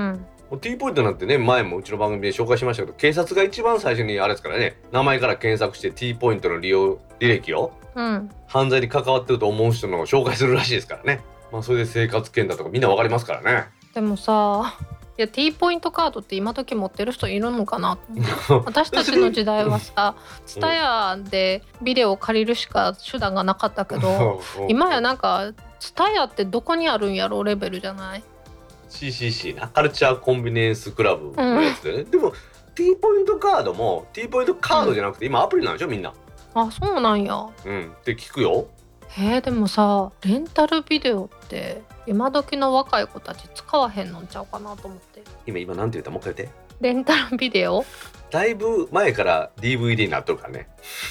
T ポイントなんてね、前もうちの番組で紹介しましたけど、警察が一番最初にあれですからね、名前から検索して T ポイントの利用履歴を、犯罪に関わってると思う人のを紹介するらしいですからね。それで生活圏だとかみんなわかりますからね。 でもさ、いや T ポイントカードって今時持ってる人いるのかなと私たちの時代はさ、TSUTAYA でビデオを借りるしか手段がなかったけど今やなんか TSUTAYA ってどこにあるんやろレベルじゃない？ CCC な、カルチャーコンビニエンスクラブのやつでね、でも T ポイントカードも T ポイントカードじゃなくて今アプリなんでしょみんな。 あ、そうなんや。 って聞くよ。 でもさ、レンタルビデオって今時の若い子たち使わへんのんちゃうかなと思って。 今なんて言った？もう一回言って。 レンタルビデオだいぶ前から DVD になっとるからね。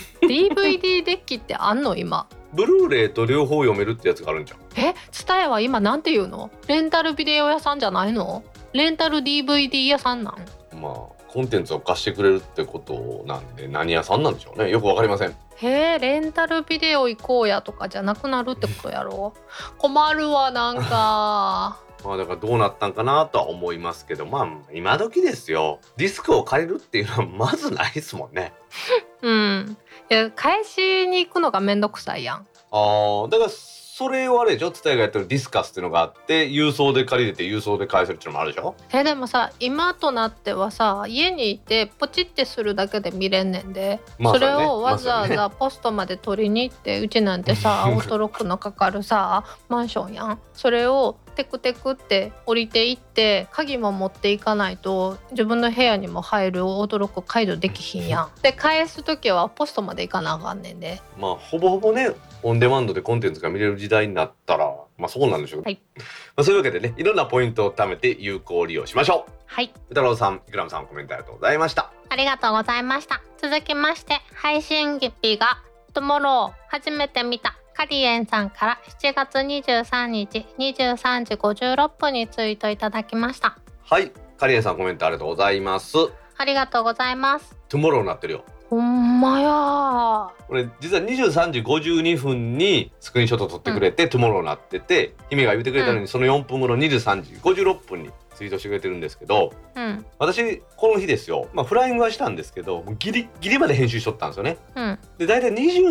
DVD デッキってあんの今？ ブルーレイと両方読めるってやつがあるんじゃん。 TSUTAYAは今なんて言うの？レンタルビデオ屋さんじゃないの？レンタル DVD 屋さんなん？ コンテンツを貸してくれるってことなんで何屋さんなんでしょうね。よくわかりません。 レンタルビデオ行こうやとかじゃなくなるってことやろ。困るわなんかだからどうなったんかなとは思いますけど、今時ですよ。ディスクを借りるっていうのはまずないですもんね。 いや、返しに行くのがめんどくさいやん。 だからそれをあれでしょ、TSUTAYAがやってるディスカスっていうのがあって、郵送で借りれて郵送で返せるっていうのもあるでしょ。 でもさ、今となってはさ、家にいてポチってするだけで見れんねんで、それをわざわざポストまで取りに行って、うちなんてさオートロックのかかるさマンションやん。それをテクテクって降りていって鍵も持っていかないと自分の部屋にも入るオートロック解除できひんやん。で返す時はポストまで行かなあかんねんで。 ほぼほぼね、オンデマンドでコンテンツが見れる時代になったらそうなんでしょう。そういうわけでね、いろんなポイントを貯めて有効利用しましょう。歌郎さん、イクラムさん、コメントありがとうございました。 ありがとうございました。続きまして、配信日がTomorrow初めて見たカリエンさんから7月23日23時56分にツイートいただきました。 カリエンさん、コメントありがとうございます。 ありがとうございます。 Tomorrowになってるよ。 ほんまや。 これ実は23時52分にスクリーンショット撮ってくれて、Tomorrowになってて、姫が言ってくれたのに、その4分後の23時56分にツイートしてくれてるんですけど、私この日ですよ、フライングはしたんですけど、ギリギリまで編集しとったんですよね。で、だいたい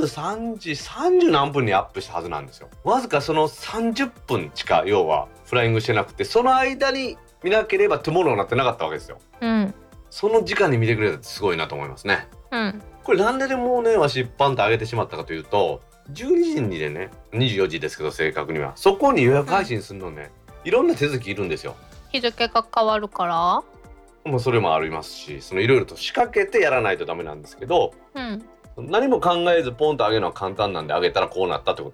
23時30何分にアップしたはずなんですよ。わずかその30分しか要はフライングしてなくて、その間に見なければTomorrowになってなかったわけですよ。その時間に見てくれたってすごいなと思いますね。これなんでもうね、わしパンと上げてしまったかというと、12時にね、24時ですけど正確にはそこに予約配信するのね、いろんな手続きいるんですよ。 日付が変わるからそれもありますし、そのいろいろと仕掛けてやらないとダメなんですけど、何も考えずポンと上げるのは簡単なんで、上げたらこうなったって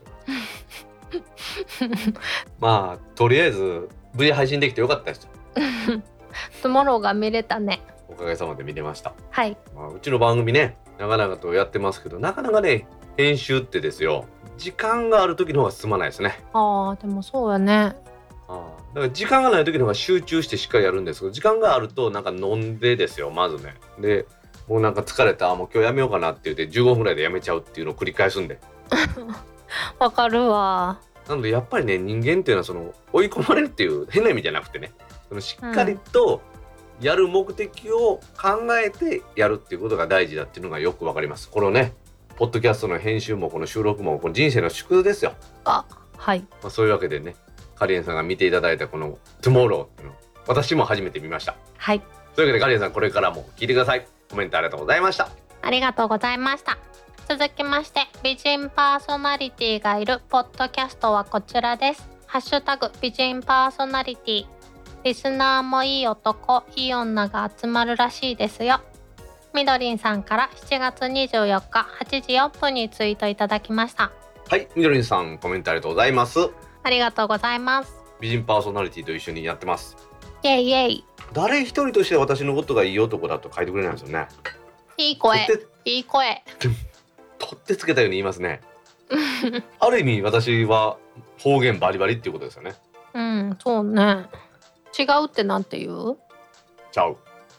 こととりあえず無事配信できてよかったですよ。 Tomorrowが見れたね。 おかげさまで見れました。 うちの番組ね、長々とやってますけど、なかなかね、編集ってですよ、時間がある時の方が進まないですね。 でもそうやね。 だから時間がない時の方が集中してしっかりやるんですけど、時間があるとなんか飲んでですよ、まずね。で、もうなんか疲れた、もう今日やめようかなって言って15分ぐらいでやめちゃうっていうのを繰り返すんで。 わかるわ。 なのでやっぱりね、人間っていうのはその追い込まれるっていう変な意味じゃなくてね、そのしっかりとやる目的を考えてやるっていうことが大事だっていうのがよくわかります。このね、ポッドキャストの編集もこの収録もこの人生の縮図ですよ。そういうわけでね、カリエンさんが見ていただいたこの Tomorrow っていうのを私も初めて見ました。というわけでカリエンさん、これからも聞いてください。コメントありがとうございました。 ありがとうございました。続きまして、美人パーソナリティがいるポッドキャストはこちらです。ハッシュタグ美人パーソナリティ。リスナーもいい男いい女が集まるらしいですよ。みどりんさんから7月24日8時4分にツイートいただきました。 みどりんさん、コメントありがとうございます。 ありがとうございます。 美人パーソナリティと一緒にやってます。 イエイイエイ。 誰一人として私のことがいい男だと書いてくれないんですよね。 いい声、いい声。 取ってつけたように言いますね。ある意味私は方言バリバリっていうことですよね。 そうね。違うってなんて言う？ ちゃう。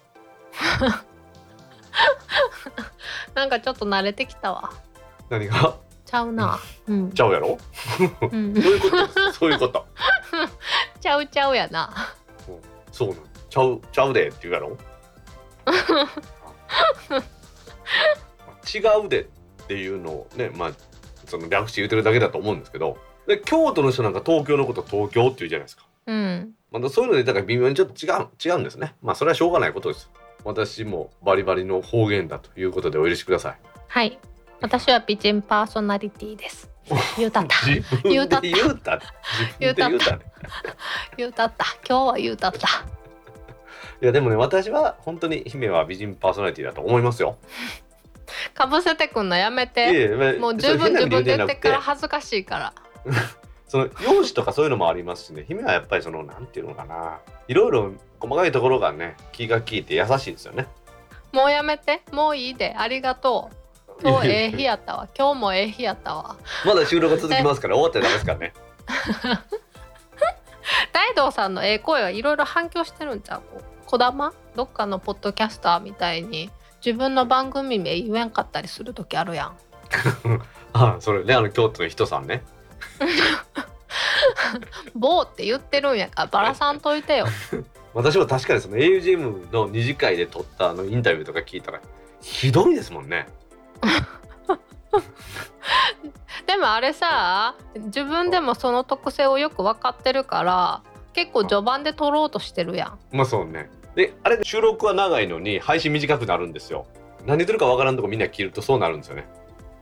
なんかちょっと慣れてきたわ。 何が？ ちゃうな。 ちゃうやろ？そういうことです。そういうこと。 ちゃうやな。 そうなの。 ちゃうでって言うやろ違うでっていうのをね、まあその略して言ってるだけだと思うんですけど、で京都の人なんか東京のこと東京って言うじゃないですか。またそういうのでだから微妙にちょっと違うんですね。まあそれはしょうがないことです。私もバリバリの方言だということでお許しください。 はい、私は美人パーソナリティです。言うたった自分で言うたね。今日は言うたった。 いやでもね、私は本当に姫は美人パーソナリティだと思いますよ。 かぶせてくんのやめて。もう十分自分で言ってから恥ずかしいからその容姿とかそういうのもありますしね、姫はやっぱりそのなんていうのかな、いろいろ細かいところがね気が利いて優しいですよね。 もうやめて、もういいで、ありがとう。今日ええ日やったわ。今日もええ日やったわ。 まだ収録が続きますから終わったらダメですからね。 大道さんのええ声はいろいろ反響してるんちゃう？こだまどっかのポッドキャスターみたいに自分の番組名言えんかったりする時あるやん。 ああ、それね、京都の人さんね。 某って言ってるんやからバラさんといてよ。 私も確かにその AUGM の二次会で撮ったインタビューとか聞いたらひどいですもんね。 でもあれさ、自分でもその特性をよく分かってるから結構序盤で撮ろうとしてるやん。 まあそうね。であれ収録は長いのに配信短くなるんですよ。何言ってるか分からんとこみんな切るとそうなるんですよね。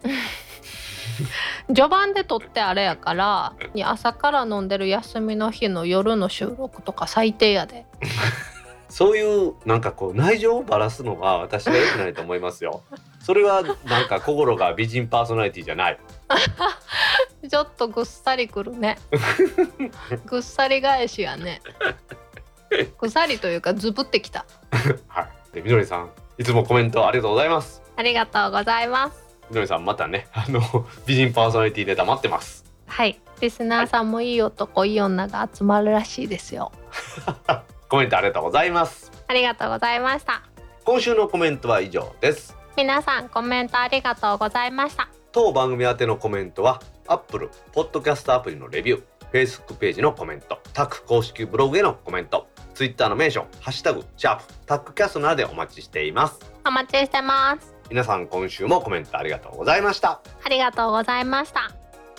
序盤で撮ってあれやから朝から飲んでる休みの日の夜の収録とか最低やで。 そういうなんかこう内情をばらすのは私は良くないと思いますよ。それはなんか心が美人パーソナリティじゃない。 ちょっとぐっさりくるね。ぐっさり返しやね。ぐさりというかズブってきた。 はい。でみどりさんいつもコメントありがとうございます。 ありがとうございます。 みどりさんまたね美人パーソナリティで黙ってます。 はい、リスナーさんもいい男、いい女が集まるらしいですよ。 コメントありがとうございます。 ありがとうございました。 今週のコメントは以上です。 皆さんコメントありがとうございました。 当番組宛てのコメントは Apple Podcast アプリのレビュー、Facebook ページのコメント、タック公式ブログへのコメント、Twitter のメンション、ハッシュタグ#タックキャストなどでお待ちしています。 お待ちしてます。 皆さん今週もコメントありがとうございました。 ありがとうございました。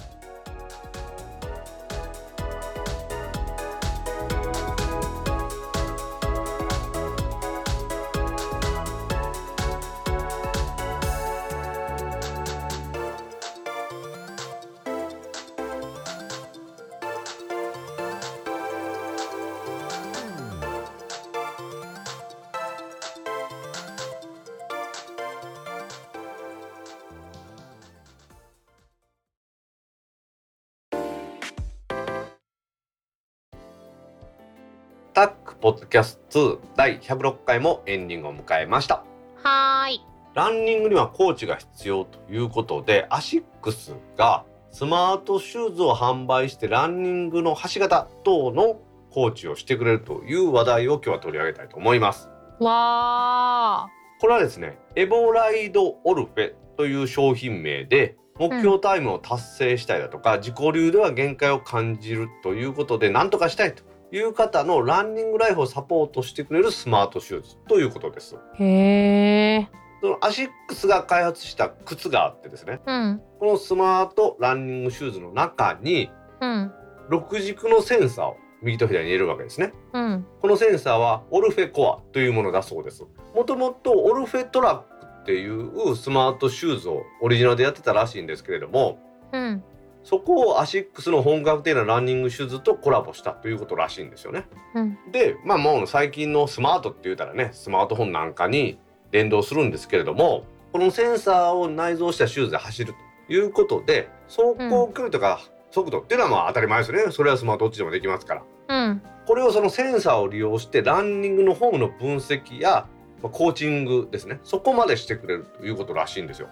タックポッドキャスト2第106回もエンディングを迎えました。 はーい。 ランニングにはコーチが必要ということで、アシックスがスマートシューズを販売してランニングの走り方等のコーチをしてくれるという話題を今日は取り上げたいと思います。 わこれはですね、エボライドオルフェという商品名で目標タイムを達成したいだとか、自己流では限界を感じるということで何とかしたいという方のランニングライフをサポートしてくれるスマートシューズということです。 ー。へー。 そのアシックスが開発した靴があってですね、 うん。 このスマートランニングシューズの中にうん。 6軸のセンサーを右と左に入れるわけですね。 うん。 このセンサーはオルフェコアというものだそうです。もともとオルフェトラックっていうスマートシューズをオリジナルでやってたらしいんですけれども、 うん。 そこをアシックスの本格的なランニングシューズとコラボしたということらしいんですよね。 うん。 で、もう最近のスマートって言ったらね、スマートフォンなんかに連動するんですけれども、このセンサーを内蔵したシューズで走るということで、走行距離とか速度っていうのはまあ当たり前ですよね。それはスマートウォッチでもできますから。 うん。 これをそのセンサーを利用してランニングのフォームの分析やコーチングですね、そこまでしてくれるということらしいんですよ。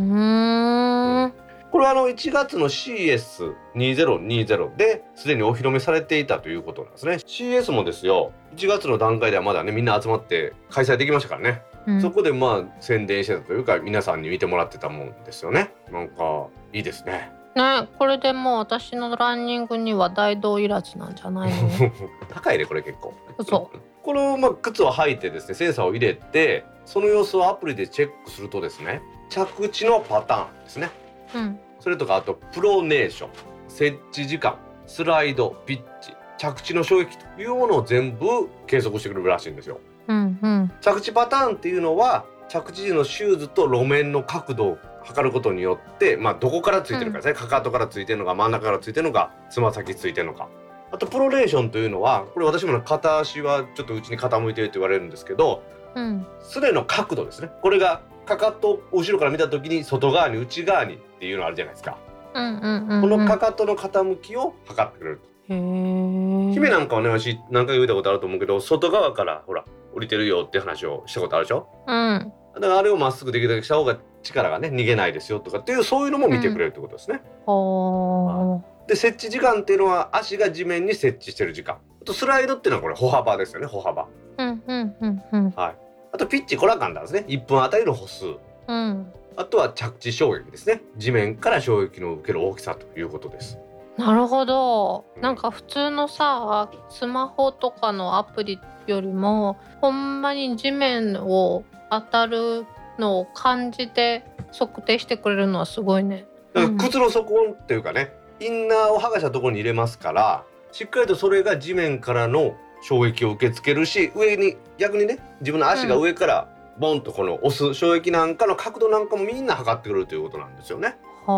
これは1月の CS2020 ですでにお披露目されていたということなんですね。 CS もですよ、1月の段階ではまだねみんな集まって開催できましたからね、 うん、 そこで宣伝してたというか皆さんに見てもらってたもんですよね。なんかいいですね。 ね、これでもう私のランニングには大道いらずなんじゃないの？ 高いねこれ結構。 そうこの靴を履いてですねセンサーを入れてその様子をアプリでチェックするとですね着地のパターンですね、それとかあとプロネーション、接地時間、スライド、ピッチ、着地の衝撃というものを全部計測してくれるらしいんですよ、着地パターンっていうのは着地時のシューズと路面の角度を測ることによって、どこからついてるかですね、かかとからついてるのか真ん中からついてるのかつま先ついてるのか。あとプロレーションというのはこれ私も片足はちょっと内に傾いていると言われるんですけど、すねの角度ですね、これがかかとを後ろから見た時に外側に内側にっていうのあるじゃないですか、このかかとの傾きを測ってくれると。姫なんかはね私何回言ったことあると思うけど外側からほら降りてるよって話をしたことあるでしょ、だからあれをまっすぐできるだけした方が力がね逃げないですよとかっていうそういうのも見てくれるってことですね、で接地時間っていうのは足が地面に接地してる時間、あとスライドっていうのはこれ歩幅ですよね、歩幅、あとピッチこれは簡単ですね、1分あたりの歩数、あとは着地衝撃ですね、地面から衝撃の受ける大きさということです。 なるほど。なんか普通のさスマホとかのアプリよりもほんまに地面を当たるのを感じて測定してくれるのはすごいね。 だから靴の底っていうかね、インナーを剥がしたところに入れますからしっかりとそれが地面からの衝撃を受け付けるし、上に逆にね自分の足が上からボンとこの押す衝撃なんかの角度なんかもみんな測ってくるということなんですよね。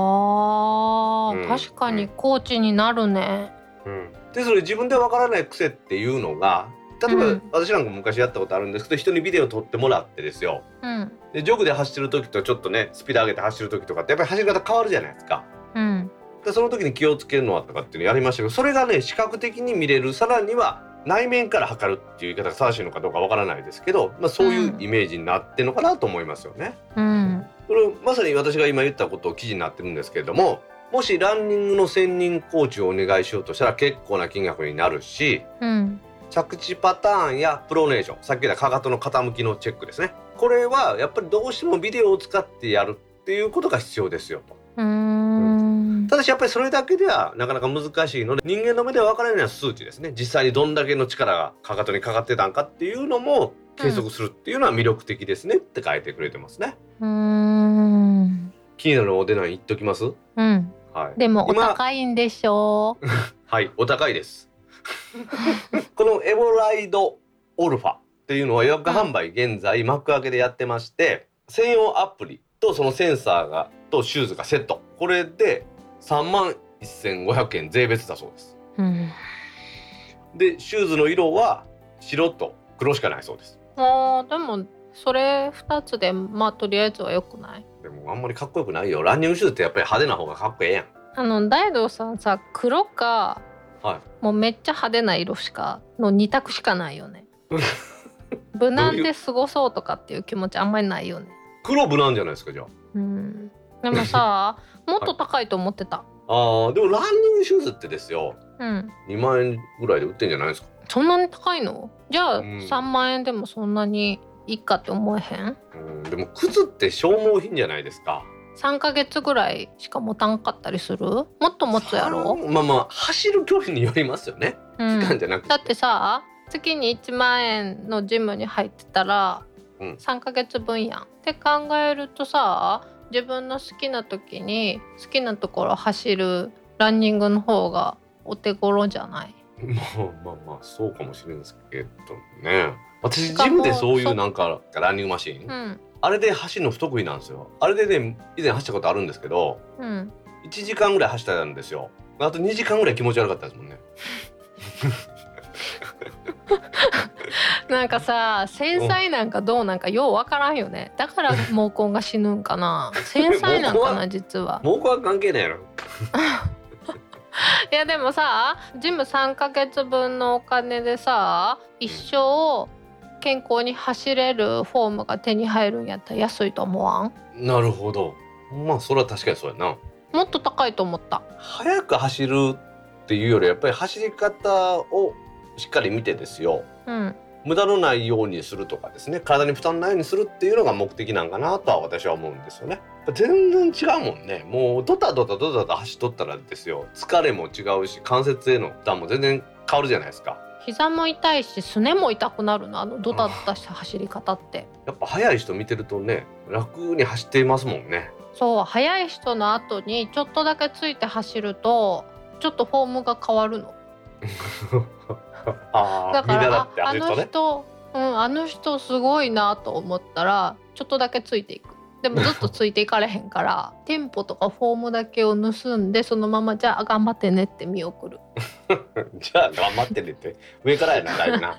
確かにコーチになるね、 でそれ自分でわからない癖っていうのが例えば、私なんか昔やったことあるんですけど人にビデオ撮ってもらってですよ、でジョグで走ってる時とちょっとねスピード上げて走ってる時とかってやっぱり走り方変わるじゃないですか、でその時に気をつけるのはとかっていうのやりましたけど、それがね視覚的に見れる、さらには内面から測るっていう言い方が正しいのかどうかわからないですけど、そういうイメージになってるのかなと思いますよね、これまさに私が今言ったことを記事になってるんですけれども、もしランニングの専任コーチをお願いしようとしたら結構な金額になるし、着地パターンやプロネーション、さっき言ったかかとの傾きのチェックですね、これはやっぱりどうしてもビデオを使ってやるっていうことが必要ですよと。ただしやっぱりそれだけではなかなか難しいので、人間の目では分からないような数値ですね、実際にどんだけの力がかかとにかかってたんかっていうのも計測するっていうのは魅力的ですねって書いてくれてますね。気になるお値段言っときます、 でもお高いんでしょうはいお高いですこのエボライドオルファっていうのは予約販売現在幕開けでやってまして、専用アプリとそのセンサーがとシューズがセット、これで31,500円税別だそうです、でシューズの色は白と黒しかないそうです。 でもそれ2つでとりあえずは良くない？ でもあんまりかっこよくないよ。ランニングシューズってやっぱり派手な方がかっこええやん。 大道さんさ黒か、もうめっちゃ派手な色しかの2択しかないよね無難で過ごそうとかっていう気持ちあんまりないよね。 黒無難じゃないですかじゃあ。 でもさもっと高いと思ってた。 でもランニングシューズってですよ、2万円ぐらいで売ってんじゃないですか。 そんなに高いの？じゃあ、3万円でもそんなにいいかって思えへん？ でも靴って消耗品じゃないですか。 3ヶ月ぐらいしか持たんかったりする？もっと持つやろ？ 走る距離によりますよね、期間じゃなくて。 だってさ月に1万円のジムに入ってたら、3ヶ月分やんって考えるとさ、自分の好きな時に好きなところ走るランニングの方がお手頃じゃない？ そうかもしれないですけどね。私ジムでそういうなんかランニングマシーン、あれで走るの不得意なんですよ。あれでね以前走ったことあるんですけど、1時間ぐらい走ったんですよ。あと2時間ぐらい気持ち悪かったですもんねなんかさ繊細なんかどうなんかようわからんよね。だから毛根が死ぬんかな繊細なんかな実は。 毛根は関係ないやろいやでもさジム3ヶ月分のお金でさ一生健康に走れるフォームが手に入るんやったら安いと思わん？ なるほど。それは確かにそうやな。 もっと高いと思った。 速く走るっていうよりやっぱり走り方をしっかり見てですよ、無駄のないようにするとかですね、体に負担ないようにするっていうのが目的なんかなとは私は思うんですよね。全然違うもんね。もうドタドタ走っとったらですよ、疲れも違うし関節への負担も全然変わるじゃないですか。 膝も痛いしすねも痛くなるの、ドタドタした走り方って。 やっぱ速い人見てるとね、楽に走っていますもんね。 そう速い人の後にちょっとだけついて走るとちょっとフォームが変わるのだからあの人すごいなと思ったらちょっとだけついていく。でもずっとついていかれへんからテンポとかフォームだけを盗んでそのままじゃあ頑張ってねって見送るじゃあ頑張ってねって上からやなだいぶな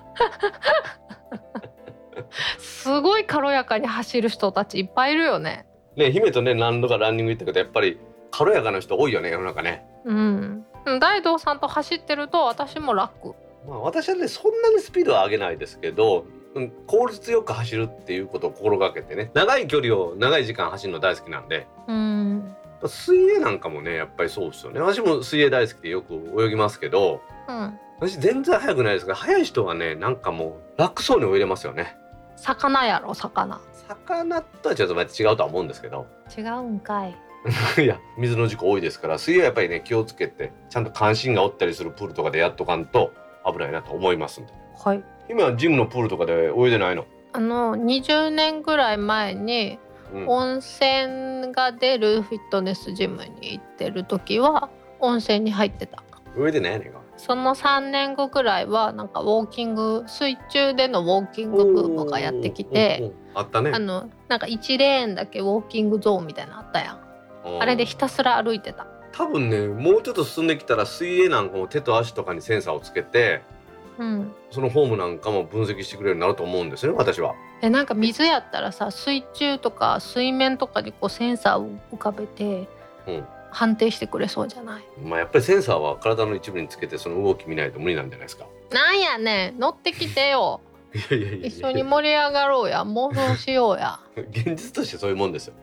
すごい軽やかに走る人たちいっぱいいるよね。 ね、姫とね何度かランニング行ったけどやっぱり軽やかな人多いよね世の中ね。 大道さんと走ってると私も楽。 私はねそんなにスピードは上げないですけど、効率よく走るっていうことを心がけてね、長い距離を長い時間走るの大好きなんで。水泳なんかもねやっぱりそうですよね。私も水泳大好きでよく泳ぎますけど、私全然速くないですけど速い人はねなんかもう楽そうに泳いでますよね。 魚やろ魚とはちょっとまた違うとは思うんですけど。 違うんかいいや水の事故多いですから水泳はやっぱりね気をつけてちゃんと監視員がおったりするプールとかでやっとかんと危ないなと思いますんで。 はい。 今はジムのプールとかで泳いでないの ？20年ぐらい前に、温泉が出るフィットネスジムに行ってる時は温泉に入ってた。 泳いでないやねんか。 その3年後ぐらいはなんかウォーキング水中でのウォーキングブームがやってきて、 あったね。 なんか1レーンだけウォーキングゾーンみたいなのあったやん。あれでひたすら歩いてた。 多分ねもうちょっと進んできたら水泳なんかも手と足とかにセンサーをつけて、そのフォームなんかも分析してくれるようになると思うんですよね私は。 なんか水やったらさ水中とか水面とかにこうセンサーを浮かべて、判定してくれそうじゃない？ やっぱりセンサーは体の一部につけてその動き見ないと無理なんじゃないですか。 なんやねん乗ってきてよいや一緒に盛り上がろうや妄想しようや現実としてそういうもんですよ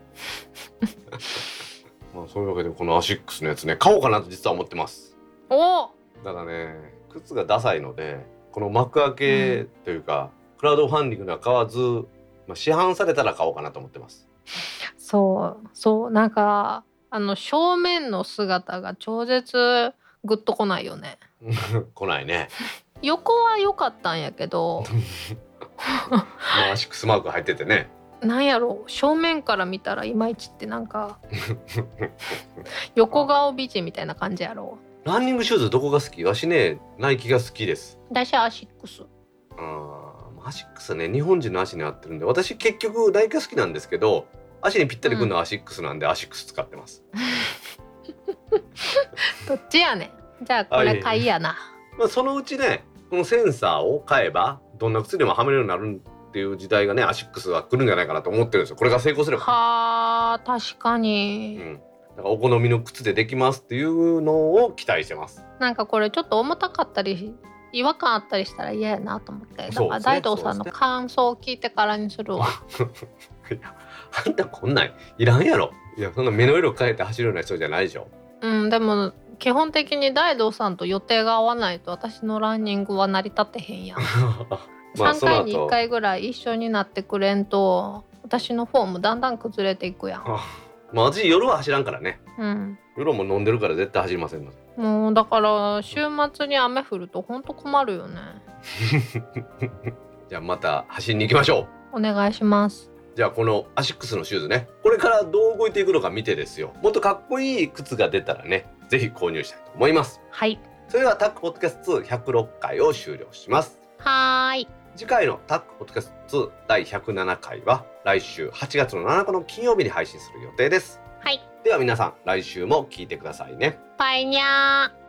そういうわけでこのアシックスのやつね買おうかなと実は思ってます。ただね靴がダサいのでこの幕開けというか、クラウドファンディングでは買わず、市販されたら買おうかなと思ってます。 そうなんか正面の姿が超絶グッとこないよね来ないね。 横は良かったんやけどアシックスマーク入っててね。 なんやろ正面から見たらいまいちってなんか横顔美人みたいな感じやろ。 ランニングシューズどこが好き？わしねナイキが好きです。 私はアシックス。 アシックスね日本人の足に合ってるんで私結局ナイキが好きなんですけど足にぴったりくるのはアシックスなんで、アシックス使ってます。 どっちやねん。じゃあこれ買いやな。 そのうちねこのセンサーを買えばどんな靴でもはめるようになるっていう時代がねアシックスは来るんじゃないかなと思ってるんですよ。これが成功すれば。 はあ確かに、 だからお好みの靴でできますっていうのを期待してます。 なんかこれちょっと重たかったり違和感あったりしたら嫌やなと思って、だから大道さんの感想を聞いてからにするわ。 あんたこんなんいらんやろ。いやそんな目の色変えて走るような人じゃないでしょ。 でも基本的に大道さんと予定が合わないと私のランニングは成り立ってへんやん3回に1回ぐらい一緒になってくれんと私のフォームだんだん崩れていくやん。 私夜は走らんからね。夜も飲んでるから絶対走りませんので。 もうだから週末に雨降るとほんと困るよねじゃあまた走りに行きましょう。お願いします。 じゃあこのアシックスのシューズねこれからどう動いていくのか見てですよ。もっとかっこいい靴が出たらねぜひ購入したいと思います。 はい。 それではタックポッドキャスト106回を終了します。 はい。 次回のタックポッドキャスト第107回は来週8月の7日の金曜日に配信する予定です。 はい。 では皆さん来週も聞いてくださいね。 バイニャー。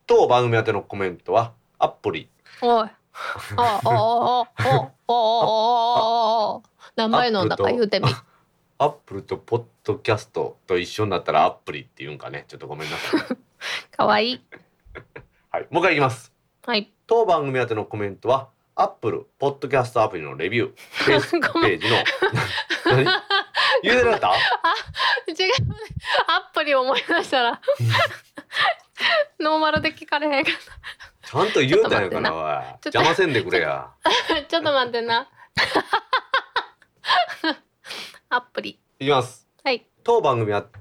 当番組宛てのコメントはアプリおいお名前の中言うてみ。 アップルとポッドキャストと一緒になったらアプリって言うんかね。ちょっとごめんなさい。 かわいい。 はい、もう一回いきます。 はい。 当番組宛てのコメントはアップルポッドキャストアプリのレビュー、フェイスブックページの何言うてなかった？ 違う。アプリを思い出したらノーマルで聞かれへんかった。 ちゃんと言うたんやからおい。邪魔せんでくれや。 ちょっと待ってな。アプリ。 いきます。 はい。 当番組宛